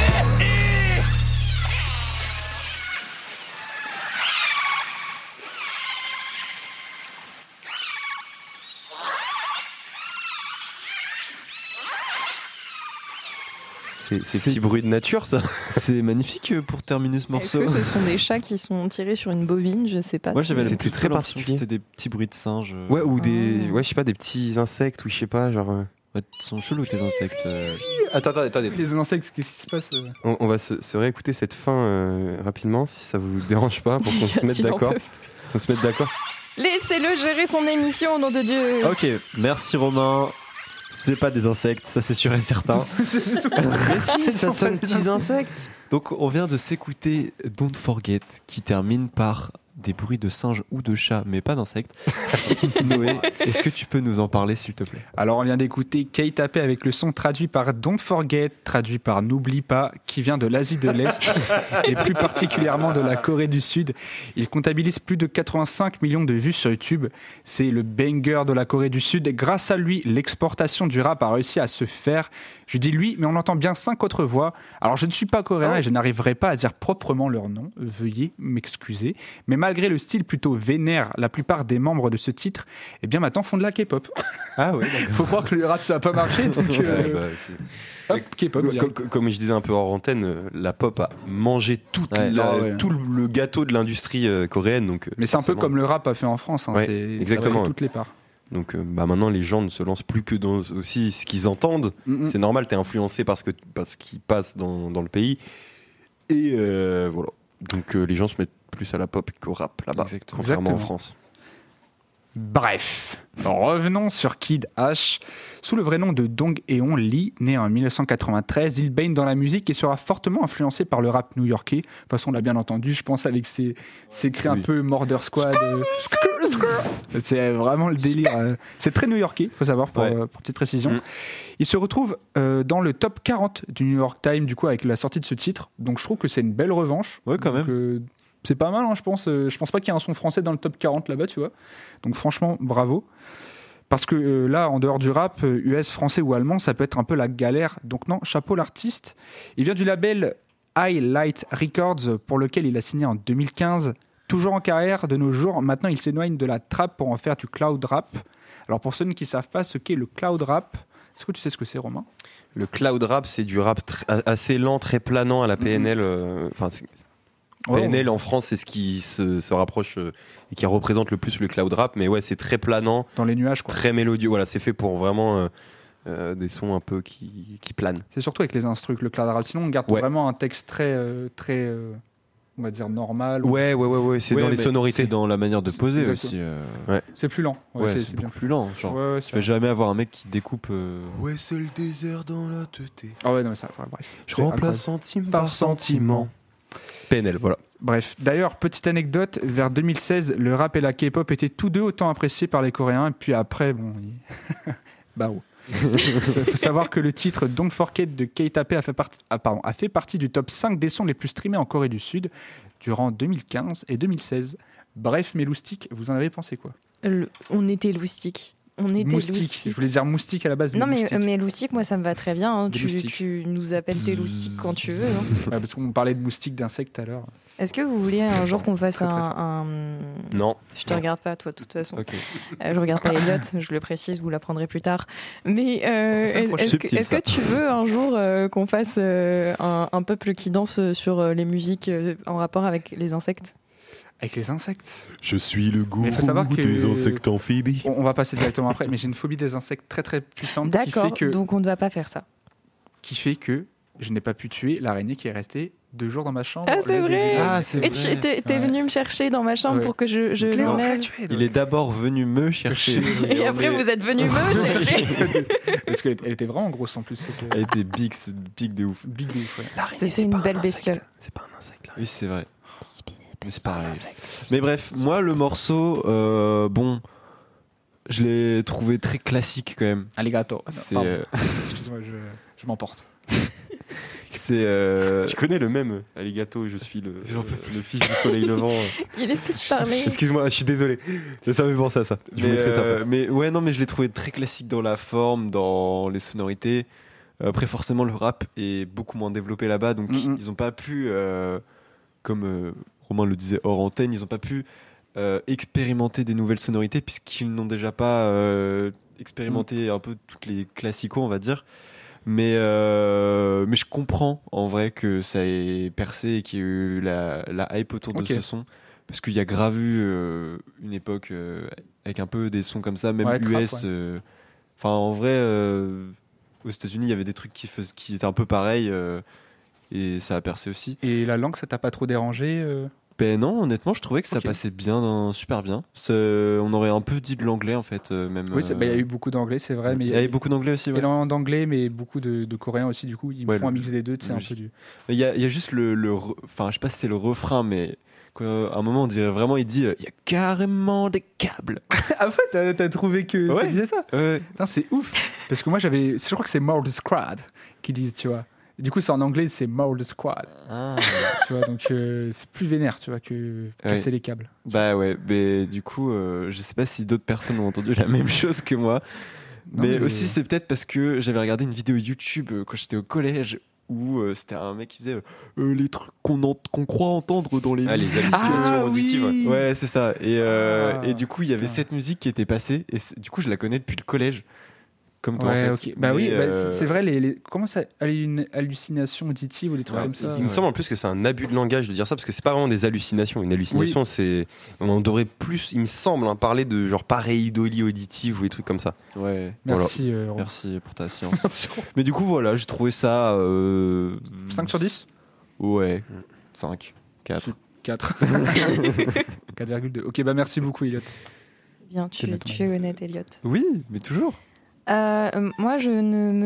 Ces petits bruits de nature, ça. C'est magnifique pour terminer ce morceau. Est-ce que ce sont des chats qui sont tirés sur une bobine? Je sais pas. Moi, j'avais C'était très particulier. particulier. C'était des petits bruits de singes. Ouais, ou des, ouais, je sais pas, des petits insectes, ou je sais pas, genre. Ouais, ils sont chelous tes insectes. Attendez. Les insectes, qu'est-ce qui se passe On va se réécouter cette fin rapidement, si ça vous dérange pas, pour qu'on se mette d'accord. On se mette d'accord. Laissez-le gérer son émission, nom de Dieu. Ok, merci Romain. C'est pas des insectes, ça c'est sûr et certain. Mais si, ça sonne petits insectes. Donc on vient de s'écouter Don't Forget qui termine par des bruits de singes ou de chats, mais pas d'insectes. Noé, est-ce que tu peux nous en parler s'il te plaît? Alors on vient d'écouter Kate Apé avec le son traduit par Don't Forget, traduit par N'oublie pas, qui vient de l'Asie de l'Est et plus particulièrement de la Corée du Sud. Il comptabilise plus de 85 millions de vues sur YouTube. C'est le banger de la Corée du Sud. Grâce à lui, l'exportation du rap a réussi à se faire. Je dis lui, mais on entend bien 5 autres voix. Alors je ne suis pas coréen et je n'arriverai pas à dire proprement leur nom, veuillez m'excuser. Mais malgré le style plutôt vénère, la plupart des membres de ce titre, eh bien maintenant font de la K-pop. Ah ouais, d'accord. Faut croire que le rap ça n'a pas marché, donc hop, K-pop. Comme je disais un peu hors antenne, la pop a mangé tout le gâteau de l'industrie coréenne. Donc, mais c'est un peu comme le rap a fait en France, hein, ouais, c'est exactement. toutes les parts. Donc maintenant les gens ne se lancent plus que dans aussi ce qu'ils entendent. C'est normal, t'es influencé par ce qui passe dans le pays. Et voilà. Donc les gens se mettent plus à la pop qu'au rap là-bas, contrairement en France. Bref, revenons sur Kid H. Sous le vrai nom de Dong Eon Lee, né en 1993, il baigne dans la musique et sera fortement influencé par le rap new-yorkais. De toute façon, on l'a bien entendu, je pense, avec ses cris un peu Murder Squad. C'est vraiment le délire. C'est très new-yorkais, il faut savoir, pour petite précision. Il se retrouve dans le top 40 du New York Times, du coup, avec la sortie de ce titre. Donc je trouve que c'est une belle revanche. Ouais, quand même. C'est pas mal, hein, je pense. Je pense pas qu'il y ait un son français dans le top 40 là-bas, tu vois. Donc franchement, bravo. Parce que là, en dehors du rap, US, français ou allemand, ça peut être un peu la galère. Donc non, chapeau l'artiste. Il vient du label Highlight Records, pour lequel il a signé en 2015. Toujours en carrière de nos jours, maintenant il s'éloigne de la trap pour en faire du cloud rap. Alors pour ceux qui ne savent pas ce qu'est le cloud rap, est-ce que tu sais ce que c'est, Romain? Le cloud rap, c'est du rap assez lent, très planant à la PNL. PNL en France, c'est ce qui se rapproche et qui représente le plus le cloud rap. Mais ouais, c'est très planant. Dans les nuages, quoi. Très mélodieux. Voilà, c'est fait pour vraiment des sons un peu qui planent. C'est surtout avec les instrus, le cloud rap. Sinon, on garde vraiment un texte très, on va dire, normal. Ouais. C'est dans les sonorités. C'est dans la manière de poser aussi. C'est plus lent. C'est beaucoup plus lent. Genre, tu vas jamais avoir un mec qui découpe. Ouais, c'est le désert dans la teuté. Ah ouais, non, ça, bref. Je remplace centime par sentiment. PNL, voilà. Bref, d'ailleurs, petite anecdote, vers 2016, le rap et la K-pop étaient tous deux autant appréciés par les Coréens, et puis après, bon... bah ouais. Il faut savoir que le titre Don't Forget de Kate Apé a fait partie du top 5 des sons les plus streamés en Corée du Sud durant 2015 et 2016. Bref, mes loustiques, vous en avez pensé quoi? On était loustiques. Moustique, je voulais dire moustique à la base. Non, mais loustique, moi ça me va très bien. Hein. Tu nous appelles tes loustiques quand tu veux. Hein. Ouais, parce qu'on parlait de moustiques, d'insectes tout à l'heure. Est-ce que vous voulez un jour qu'on fasse un. Non. Je te regarde pas, toi, de toute façon. Okay. Je regarde pas Elliot, je le précise, vous l'apprendrez plus tard. Mais est-ce que tu veux un jour qu'on fasse un peuple qui danse sur les musiques en rapport avec les insectes? Avec les insectes. Je suis le gourou Mais faut savoir que- des insectes amphibies. On va passer directement après, mais j'ai une phobie des insectes très très puissante D'accord, qui donc on ne va pas faire ça. fait que je n'ai pas pu tuer l'araignée qui est restée 2 jours dans ma chambre. Ah, c'est le vrai. début. Ah, c'est Et vrai. t'es venu me chercher dans ma chambre Ouais. pour que je l'enlève. Il est d'abord venu me chercher. Et après, vous êtes venu me chercher. Parce qu'elle était vraiment grosse en plus. Cette, Elle était big de ouf. big de ouf, ouais. L'araignée, C'était une pas belle un bestiole. insecte. C'est pas un insecte là. Oui, c'est vrai. Mais c'est pareil. Mais bref, moi, le morceau, bon, je l'ai trouvé très classique quand même. Alligator. Ah, non, C'est, pardon. Excuse-moi, je m'emporte. c'est. Tu connais le même Alligato, je suis le fils du soleil levant. Il essaie de parler. Excuse-moi, je suis désolé. Ça me fait penser à ça. Je vous mettrai ça. Mais ouais, non, mais je l'ai trouvé très classique dans la forme, dans les sonorités. Après, forcément, le rap est beaucoup moins développé là-bas, donc ils n'ont pas pu, comme Romain le disait hors antenne, ils n'ont pas pu expérimenter des nouvelles sonorités puisqu'ils n'ont déjà pas expérimenté un peu toutes les classicos, on va dire. Mais je comprends en vrai que ça ait percé et qu'il y ait eu la hype autour de ce son. Parce qu'il y a grave eu une époque avec un peu des sons comme ça, même Ouais, US. trap, ouais. Enfin, en vrai, aux États-Unis, il y avait des trucs qui étaient un peu pareils et ça a percé aussi. Et la langue, ça t'a pas trop dérangé Ben non, honnêtement, je trouvais que ça Ok. passait bien, super bien. On aurait un peu dit de l'anglais en fait, même. Oui, il y a eu beaucoup d'anglais, c'est vrai. Mais il y avait beaucoup d'anglais aussi. Ouais. énormément d'anglais, mais beaucoup de coréens aussi, du coup. Ils Ouais, font un mix des deux, c'est un peu du. Il y a juste enfin, je sais pas si c'est le refrain, mais à un moment, on dirait vraiment, il dit, il y a carrément des câbles. Ah ouais, t'as trouvé que ça Ouais. disait ça Ouais. Putain, c'est ouf. Parce que moi, je crois que c'est More the Squad qui disent, tu vois. Du coup, c'est en anglais, c'est More the Squad. Ah. Tu vois, donc c'est plus vénère, tu vois, que casser les câbles. Bah ouais, mais du coup, je sais pas si d'autres personnes ont entendu la même chose que moi. Non, mais aussi, c'est peut-être parce que j'avais regardé une vidéo YouTube quand j'étais au collège où c'était un mec qui faisait les trucs qu'on croit entendre dans les Ah, les musiques. hallucinations auditives. oui. Ouais, c'est ça. Et du coup, il y avait putain. cette musique qui était passée. Et du coup, je la connais depuis le collège. Comme toi, Ouais, en fait. ok. Bah Mais, oui, c'est vrai, comment ça, une hallucination auditive ou des trucs Ouais, comme ça il me semble en plus que c'est un abus de langage de dire ça parce que c'est pas vraiment des hallucinations. Une hallucination, c'est. On devrait plus, il me semble, parler de genre pareidolie auditive ou des trucs comme ça. Ouais. Merci, Romain. Merci pour ta science. Mais du coup, voilà, j'ai trouvé ça. 5 sur 10 Ouais. 5. 4. 4. 4,2. Ok, bah merci beaucoup, Elliot. Bien, tu es honnête, Elliot. Oui, mais toujours. Moi, je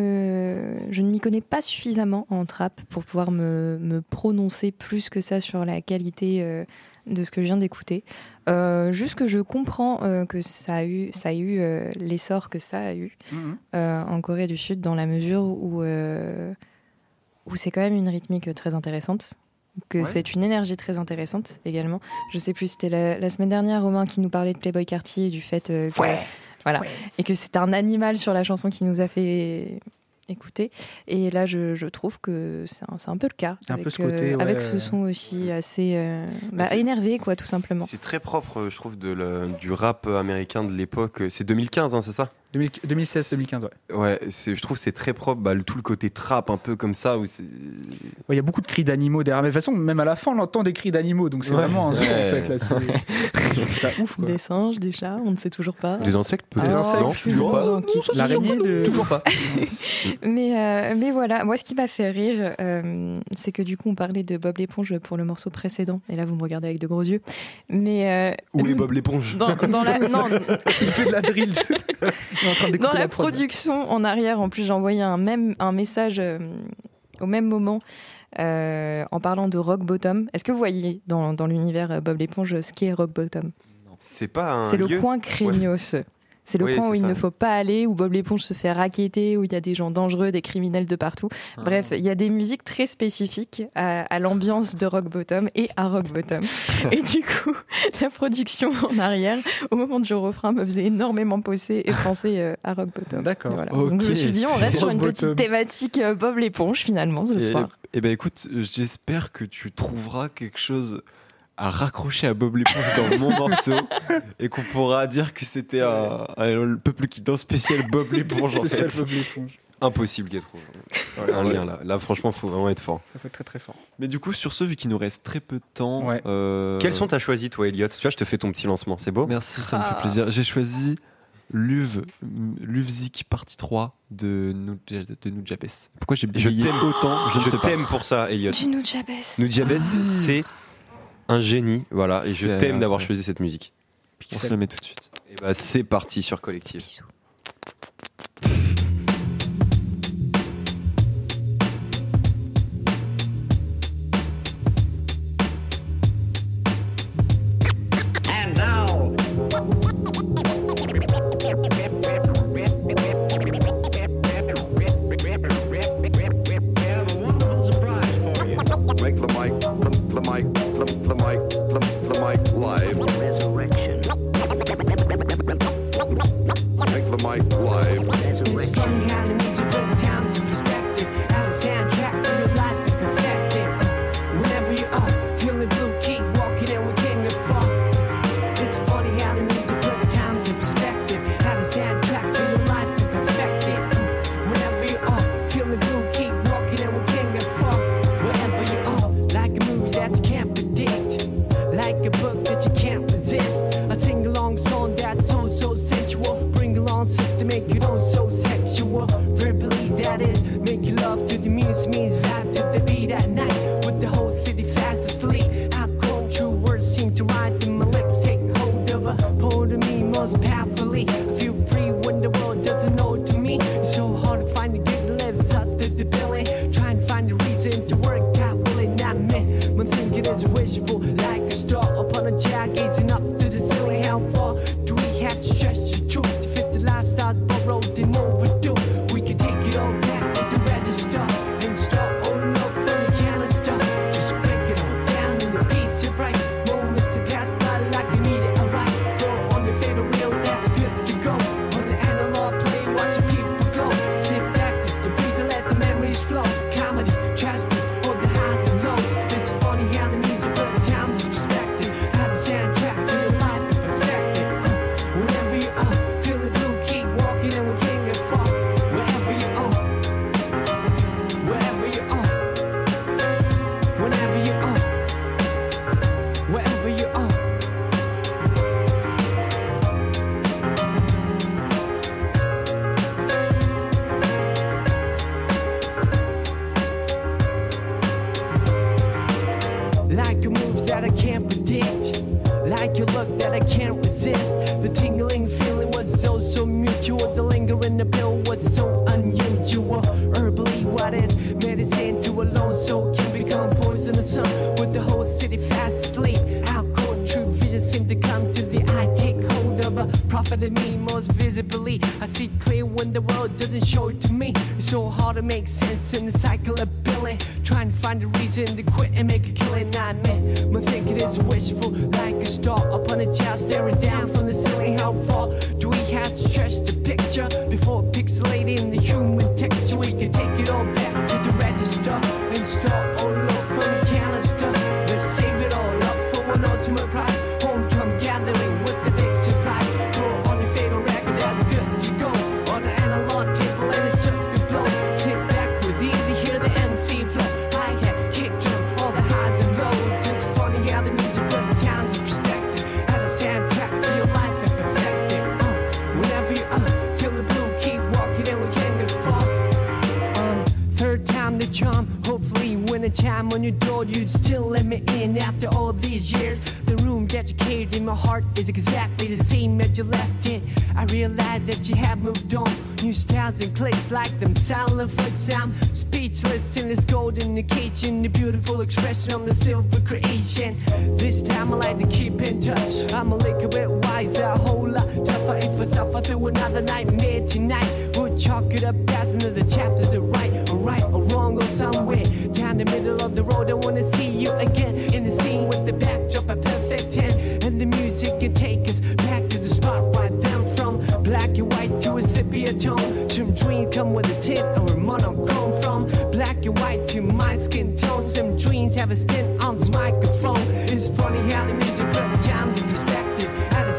ne m'y connais pas suffisamment en trap pour pouvoir me prononcer plus que ça sur la qualité de ce que je viens d'écouter. Juste que je comprends que ça a eu l'essor que ça a eu en Corée du Sud, dans la mesure où c'est quand même une rythmique très intéressante. Que c'est une énergie très intéressante également. Je sais plus, c'était la semaine dernière, Romain, qui nous parlait de Playboi Carti et du fait que... Voilà. Et que c'est un animal sur la chanson qui nous a fait écouter. Et là, je trouve que c'est un peu le cas. Un avec, peu ce côté, avec ce son aussi assez énervé, quoi, tout simplement. C'est très propre, je trouve, du rap américain de l'époque. C'est 2015, hein, c'est ça 2016-2015, ouais. Ouais, je trouve que c'est très propre, tout le côté trap un peu comme ça. Il y a beaucoup de cris d'animaux derrière. Mais de toute façon, même à la fin, on entend des cris d'animaux. Donc c'est vraiment un son, en fait. Là, je trouve ça ouf, quoi. Des singes, des chats, on ne sait toujours pas. Des insectes, peut-être. Des insectes, Non, toujours pas. L'araignée de... Toujours pas. Mais voilà, moi, ce qui m'a fait rire, c'est que du coup, on parlait de Bob l'éponge pour le morceau précédent. Et là, vous me regardez avec de gros yeux. Mais où est Bob l'éponge non, il fait de la drill. Dans la production en arrière, en plus, j'ai envoyé un message au même moment en parlant de Rock Bottom. Est-ce que vous voyez dans l'univers Bob l'éponge ce qu'est Rock Bottom? C'est pas un C'est lieu. le coin craignos. Ouais. C'est le coin où il ne faut pas aller, où Bob l'éponge se fait racketter, où il y a des gens dangereux, des criminels de partout. Bref, il y a des musiques très spécifiques à l'ambiance de Rock Bottom et à Rock Bottom. Et du coup, la production en arrière, au moment du refrain, me faisait énormément penser à Rock Bottom. D'accord. Voilà. Ok, Donc je me suis dit, on reste sur une Rock petite Bottom. thématique Bob l'éponge finalement ce soir. Eh ben écoute, j'espère que tu trouveras quelque chose à raccrocher à Bob l'éponge dans mon morceau et qu'on pourra dire que c'était un peuple qui danse spécial Bob l'éponge en fait. Bob l'éponge. Impossible qu'il trouve un lien là. Là, franchement, faut vraiment être fort. Ça fait très très fort. Mais du coup, sur ce, vu qu'il nous reste très peu de temps. Ouais. Quel son t'as choisi, toi, Elliot? Tu vois, je te fais ton petit lancement, c'est beau? Merci, ça me fait plaisir. J'ai choisi Luvzik partie 3 de Nujabes. Pourquoi j'ai oublié autant? Je t'aime pour ça, Elliot. Du Nujabes. Nujabes, c'est un génie, voilà, et je t'aime d'avoir choisi cette musique. On se la met tout de suite. Et bah, c'est parti sur Collective. Bisous.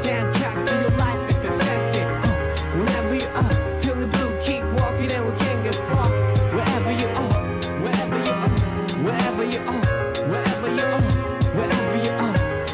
Whenever you feel the blue, keep walking and we can't get you are, wherever you are, wherever you are.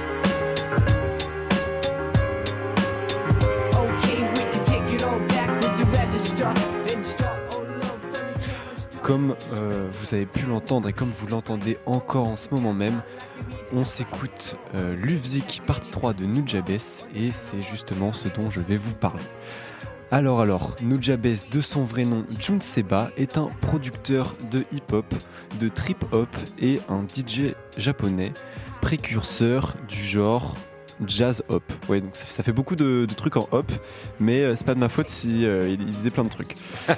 Okay, we can take it all back to the register and start all over. Comme vous avez pu l'entendre et comme vous l'entendez encore en ce moment même, on s'écoute Luvzik partie 3 de Nujabes et c'est justement ce dont je vais vous parler. Alors, Nujabes, de son vrai nom Jun Seba, est un producteur de hip-hop, de trip-hop et un DJ japonais, précurseur du genre jazz-hop. Ouais, donc ça fait beaucoup de trucs en hop, mais c'est pas de ma faute si il faisait plein de trucs.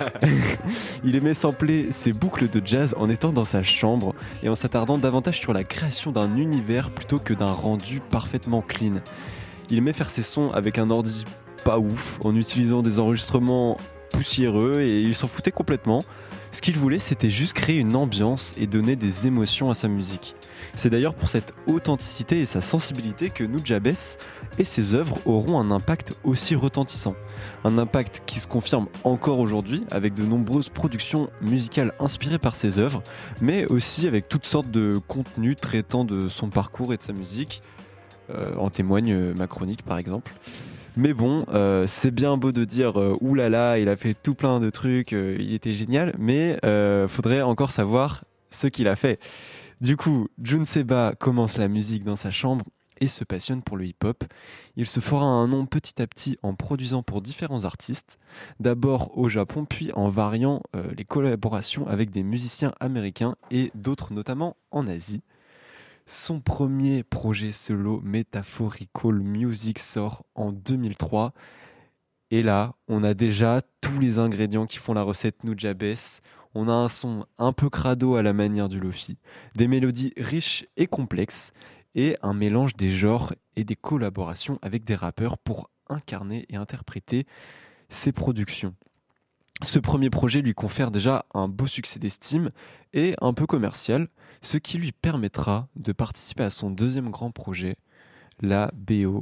Il aimait sampler ses boucles de jazz en étant dans sa chambre et en s'attardant davantage sur la création d'un univers plutôt que d'un rendu parfaitement clean. Il aimait faire ses sons avec un ordi pas ouf, en utilisant des enregistrements poussiéreux et il s'en foutait complètement. Ce qu'il voulait, c'était juste créer une ambiance et donner des émotions à sa musique. C'est d'ailleurs pour cette authenticité et sa sensibilité que Nujabes et ses œuvres auront un impact aussi retentissant. Un impact qui se confirme encore aujourd'hui avec de nombreuses productions musicales inspirées par ses œuvres, mais aussi avec toutes sortes de contenus traitant de son parcours et de sa musique. En témoigne ma chronique par exemple. Mais bon, c'est bien beau de dire oulala, il a fait tout plein de trucs, il était génial, mais faudrait encore savoir ce qu'il a fait. Du coup, Jun Seba commence la musique dans sa chambre et se passionne pour le hip-hop. Il se fera un nom petit à petit en produisant pour différents artistes, d'abord au Japon, puis en variant les collaborations avec des musiciens américains et d'autres notamment en Asie. Son premier projet solo, Metaphorical Music, sort en 2003. Et là, on a déjà tous les ingrédients qui font la recette Nujabes. On a un son un peu crado à la manière du lofi, des mélodies riches et complexes, et un mélange des genres et des collaborations avec des rappeurs pour incarner et interpréter ses productions. Ce premier projet lui confère déjà un beau succès d'estime et un peu commercial, ce qui lui permettra de participer à son deuxième grand projet, la BO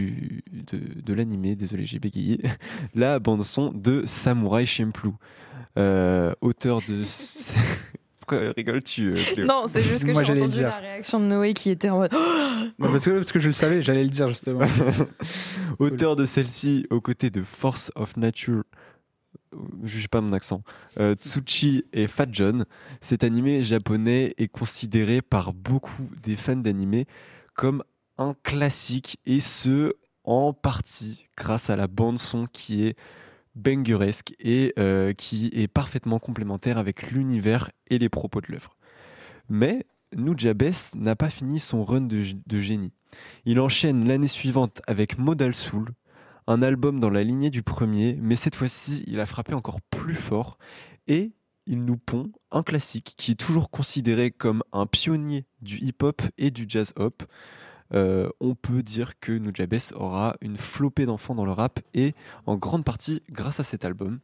de l'animé, désolé j'ai bégayé, la bande-son de Samurai Champloo. Auteur de... Pourquoi rigoles-tu, Cléo ? Non, c'est juste que Moi, j'ai j'allais entendu le dire. la réaction de Noé qui était en mode Parce que je le savais, j'allais le dire justement. Auteur de celle-ci aux côtés de Force of Nature, jugez pas mon accent, Tsuchi et Fat John, cet animé japonais est considéré par beaucoup des fans d'animé comme un classique, et ce en partie grâce à la bande son qui est bangeresque et qui est parfaitement complémentaire avec l'univers et les propos de l'œuvre. Mais Nujabes n'a pas fini son run de génie. Il enchaîne l'année suivante avec Modal Soul, un album dans la lignée du premier, mais cette fois-ci, il a frappé encore plus fort et il nous pond un classique qui est toujours considéré comme un pionnier du hip-hop et du jazz-hop. On peut dire que Nujabes aura une flopée d'enfants dans le rap et en grande partie grâce à cet album.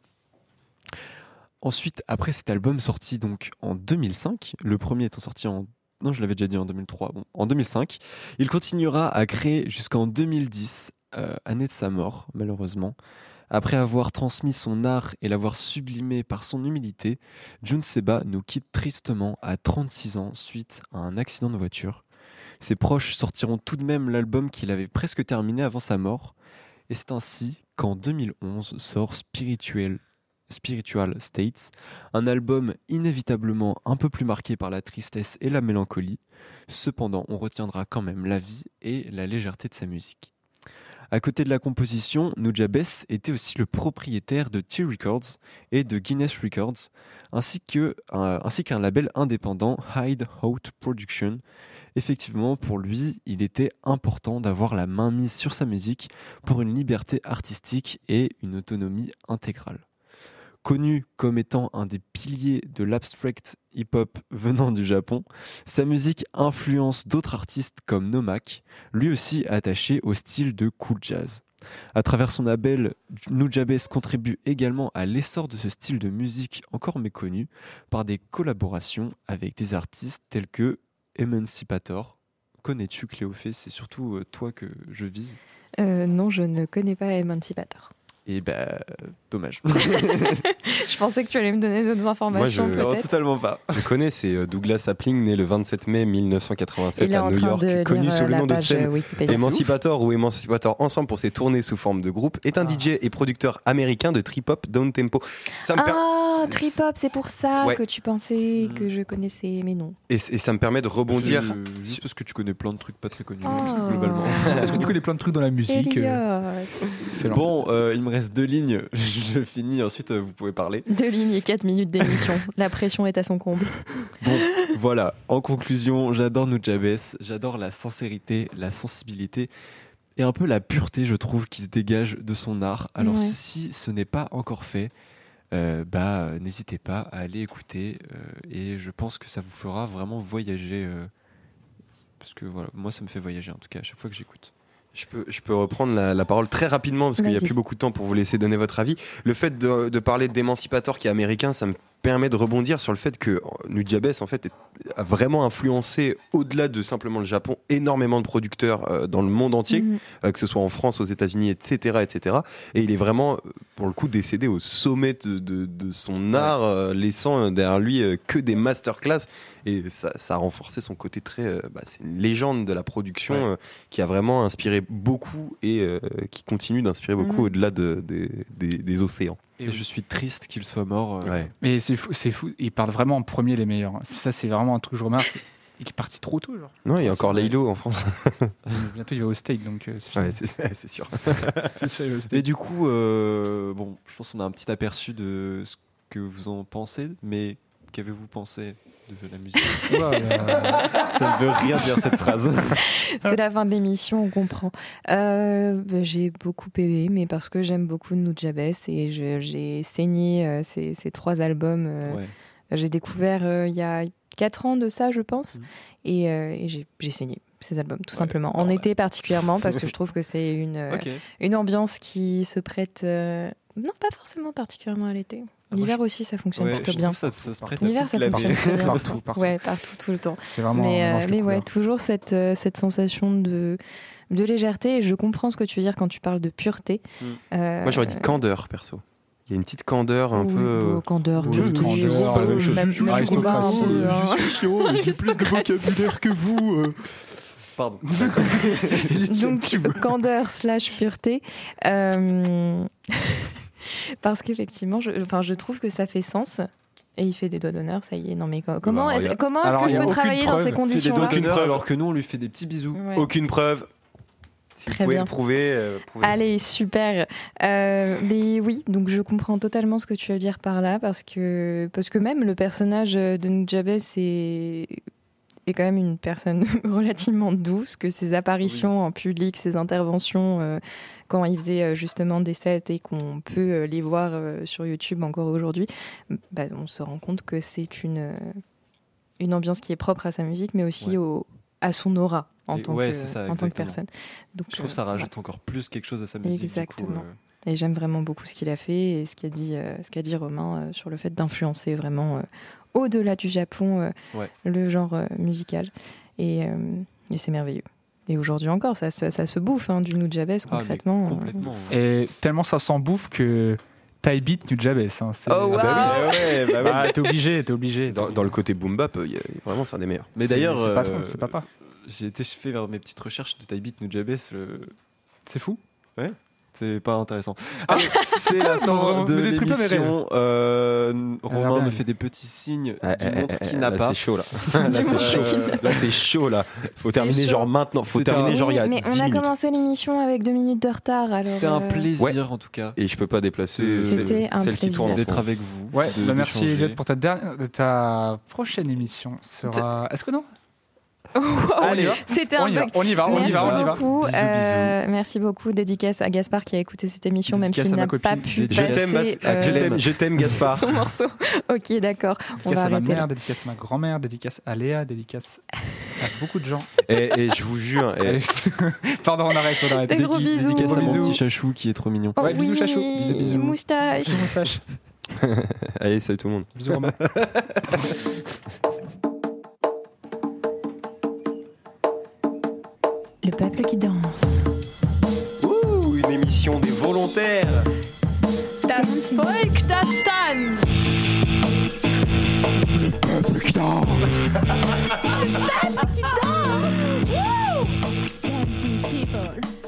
Ensuite, après cet album sorti donc en 2005, le premier étant sorti non, je l'avais déjà dit en 2003. Bon, en 2005, il continuera à créer jusqu'en 2010, année de sa mort, malheureusement. Après avoir transmis son art et l'avoir sublimé par son humilité, Jun Seba nous quitte tristement à 36 ans suite à un accident de voiture. Ses proches sortiront tout de même l'album qu'il avait presque terminé avant sa mort. Et c'est ainsi qu'en 2011 sort Spiritual States, un album inévitablement un peu plus marqué par la tristesse et la mélancolie. Cependant, on retiendra quand même la vie et la légèreté de sa musique. À côté de la composition, Nujabes était aussi le propriétaire de T Records et de Guinness Records, ainsi qu'un label indépendant, Hideout Production. Effectivement, pour lui, il était important d'avoir la main mise sur sa musique pour une liberté artistique et une autonomie intégrale. Connu comme étant un des piliers de l'abstract hip-hop venant du Japon, sa musique influence d'autres artistes comme Nomak, lui aussi attaché au style de cool jazz. À travers son label, Nujabes contribue également à l'essor de ce style de musique encore méconnu par des collaborations avec des artistes tels que Emancipator. Connais-tu Cléophée ? C'est surtout toi que je vise. Non, je ne connais pas Emancipator. Et dommage. Je pensais que tu allais me donner d'autres informations, Moi, peut-être. Totalement pas. Je connais, c'est Douglas Sapling, né le 27 mai 1987 Il est à en New train York, de connu lire sous le la nom de page scène Wikipédia. Emancipator ou Emancipator Ensemble pour ses tournées sous forme de groupe, est un DJ et producteur américain de trip-hop down-tempo. Ça me per- Ah, trip-hop, c'est pour ça Ouais. que tu pensais que je connaissais, mais non. et ça me permet de rebondir. Juste parce que tu connais plein de trucs pas très connus, Oh. globalement. Parce que tu connais plein de trucs dans la musique. Elliot. Bon, il me reste 2 lignes. Je finis, ensuite vous pouvez parler. 2 lignes et 4 minutes d'émission. La pression est à son comble. Bon, voilà. En conclusion, j'adore Nujabes. J'adore la sincérité, la sensibilité et un peu la pureté, je trouve, qui se dégage de son art. Alors, Ouais. si ce n'est pas encore fait, n'hésitez pas à aller écouter. Et je pense que ça vous fera vraiment voyager. Parce que voilà, moi, ça me fait voyager, en tout cas, à chaque fois que j'écoute. Je peux reprendre la parole très rapidement parce qu'il n'y a Vas-y. plus beaucoup de temps pour vous laisser donner votre avis. Le fait de parler d'Emancipator qui est américain, ça me permet de rebondir sur le fait que Nujabes en fait a vraiment influencé au-delà de simplement le Japon énormément de producteurs dans le monde entier, que ce soit en France, aux États-Unis, etc., etc. Et il est vraiment pour le coup décédé au sommet de son art, laissant derrière lui que des masterclass. Et ça a renforcé son côté très. C'est une légende de la production qui a vraiment inspiré beaucoup et qui continue d'inspirer beaucoup au-delà des océans. Et je suis triste qu'il soit mort. Mais c'est fou. Ils partent vraiment en premier, les meilleurs. Ça, c'est vraiment un truc que je remarque. Il est parti trop tôt, genre. Non, il y a encore Laylo en France. Bientôt, il va au steak, donc c'est Ouais, c'est sûr. c'est sûr, il va au steak. Mais du coup, je pense qu'on a un petit aperçu de ce que vous en pensez, mais qu'avez-vous pensé de la musique? Ça ne veut rien dire cette phrase. C'est la fin de l'émission, on comprend. J'ai beaucoup aimé, mais parce que j'aime beaucoup Nujabes et j'ai saigné ces 3 albums. J'ai découvert il y a 4 ans de ça, je pense, et j'ai saigné ces albums, tout simplement. En été particulièrement, parce que je trouve que c'est une ambiance qui se prête... non, pas forcément particulièrement à l'été. L'hiver aussi, ça fonctionne plutôt bien. Ça se prête L'hiver, à ça toute l'année. fonctionne très bien. Partout. Ouais, partout, tout le temps. C'est vraiment un mélange de mais ouais, couleurs. toujours cette sensation de légèreté. Et je comprends ce que tu veux dire quand tu parles de pureté. Moi, j'aurais dit candeur, perso. Il y a une petite candeur un peu. Candeur, Oui, pureté, candeur, pas la même chose. même Aristocratie, combat, je hein. chiant, j'ai plus de vocabulaire que vous. Pardon. Donc, candeur / pureté. Parce qu'effectivement, je trouve que ça fait sens. Et il fait des doigts d'honneur, ça y est. Non, mais comment est-ce Alors, que il je y a peux aucune travailler dans preuve. ces C'est des conditions-là doigts d'honneur alors que nous on lui fait des petits bisous. Ouais. Aucune preuve. Si Très vous pouvez bien. le prouver, prouvez. Allez, super. Mais oui, donc je comprends totalement ce que tu veux dire par là, parce que même le personnage de Nujabes est quand même une personne relativement douce, que ses apparitions en public, ses interventions, quand il faisait justement des sets et qu'on peut les voir sur YouTube encore aujourd'hui, on se rend compte que c'est une ambiance qui est propre à sa musique, mais aussi à son aura en tant que personne. Donc, Je trouve que ça rajoute encore plus quelque chose à sa musique. Exactement. Du coup, Et j'aime vraiment beaucoup ce qu'il a fait et ce qu'a dit Romain sur le fait d'influencer vraiment au-delà du Japon le genre musical. Et c'est merveilleux. Et aujourd'hui encore, ça se bouffe du Nujabes concrètement. Complètement. Et tellement ça s'en bouffe que Thai Beat Nujabes. Hein, c'est- Oh, wow. T'es obligé. Dans le côté boom bap, vraiment, c'est un des meilleurs. Mais d'ailleurs, c'est patron, c'est papa. j'ai été fait vers mes petites recherches de Thai Beat Nujabes. C'est fou. C'est pas intéressant. Allez, c'est la fin de me détruis pas mes l'émission. Romain bien. me fait des petits signes du montre qui n'a là, pas. c'est chaud là. Là, c'est chaud là. Faut terminer genre maintenant. Faut terminer genre il y a 10 mais on a minutes. commencé l'émission avec 2 minutes de retard. Alors, C'était un plaisir en tout cas Et je peux pas déplacer C'était un celle qui plaisir. tourne en ce d'être moment. avec vous. Ouais, merci d'échanger. Elliot pour ta prochaine émission. Sera... Est-ce que non Allez, c'était un bug. On y va. Merci beaucoup. Bisous. Merci beaucoup. Dédicace à Gaspard qui a écouté cette émission, même Dédicace s'il à ma n'a pas copine. pu Je passer t'aime Gaspard. son morceau. Ok, d'accord. On Dédicace va à ma arrêter là. mère, dédicace à ma grand-mère, dédicace à Léa, dédicace à beaucoup de gens. Et je vous jure, Allez. Pardon, on arrête. Des gros bisous. Dédicace à mon Bisous. petit chachou qui est trop mignon. Oh Ouais, bisous, oui, chachou. Bisous. moustache. Bisous, moustache. allez, salut tout le monde. Bisous, Romain. Le peuple qui danse. Ouh, une émission des volontaires. Das Volk, das tanzt. Le peuple qui danse. Le peuple qui danse. Woo! Dancing people.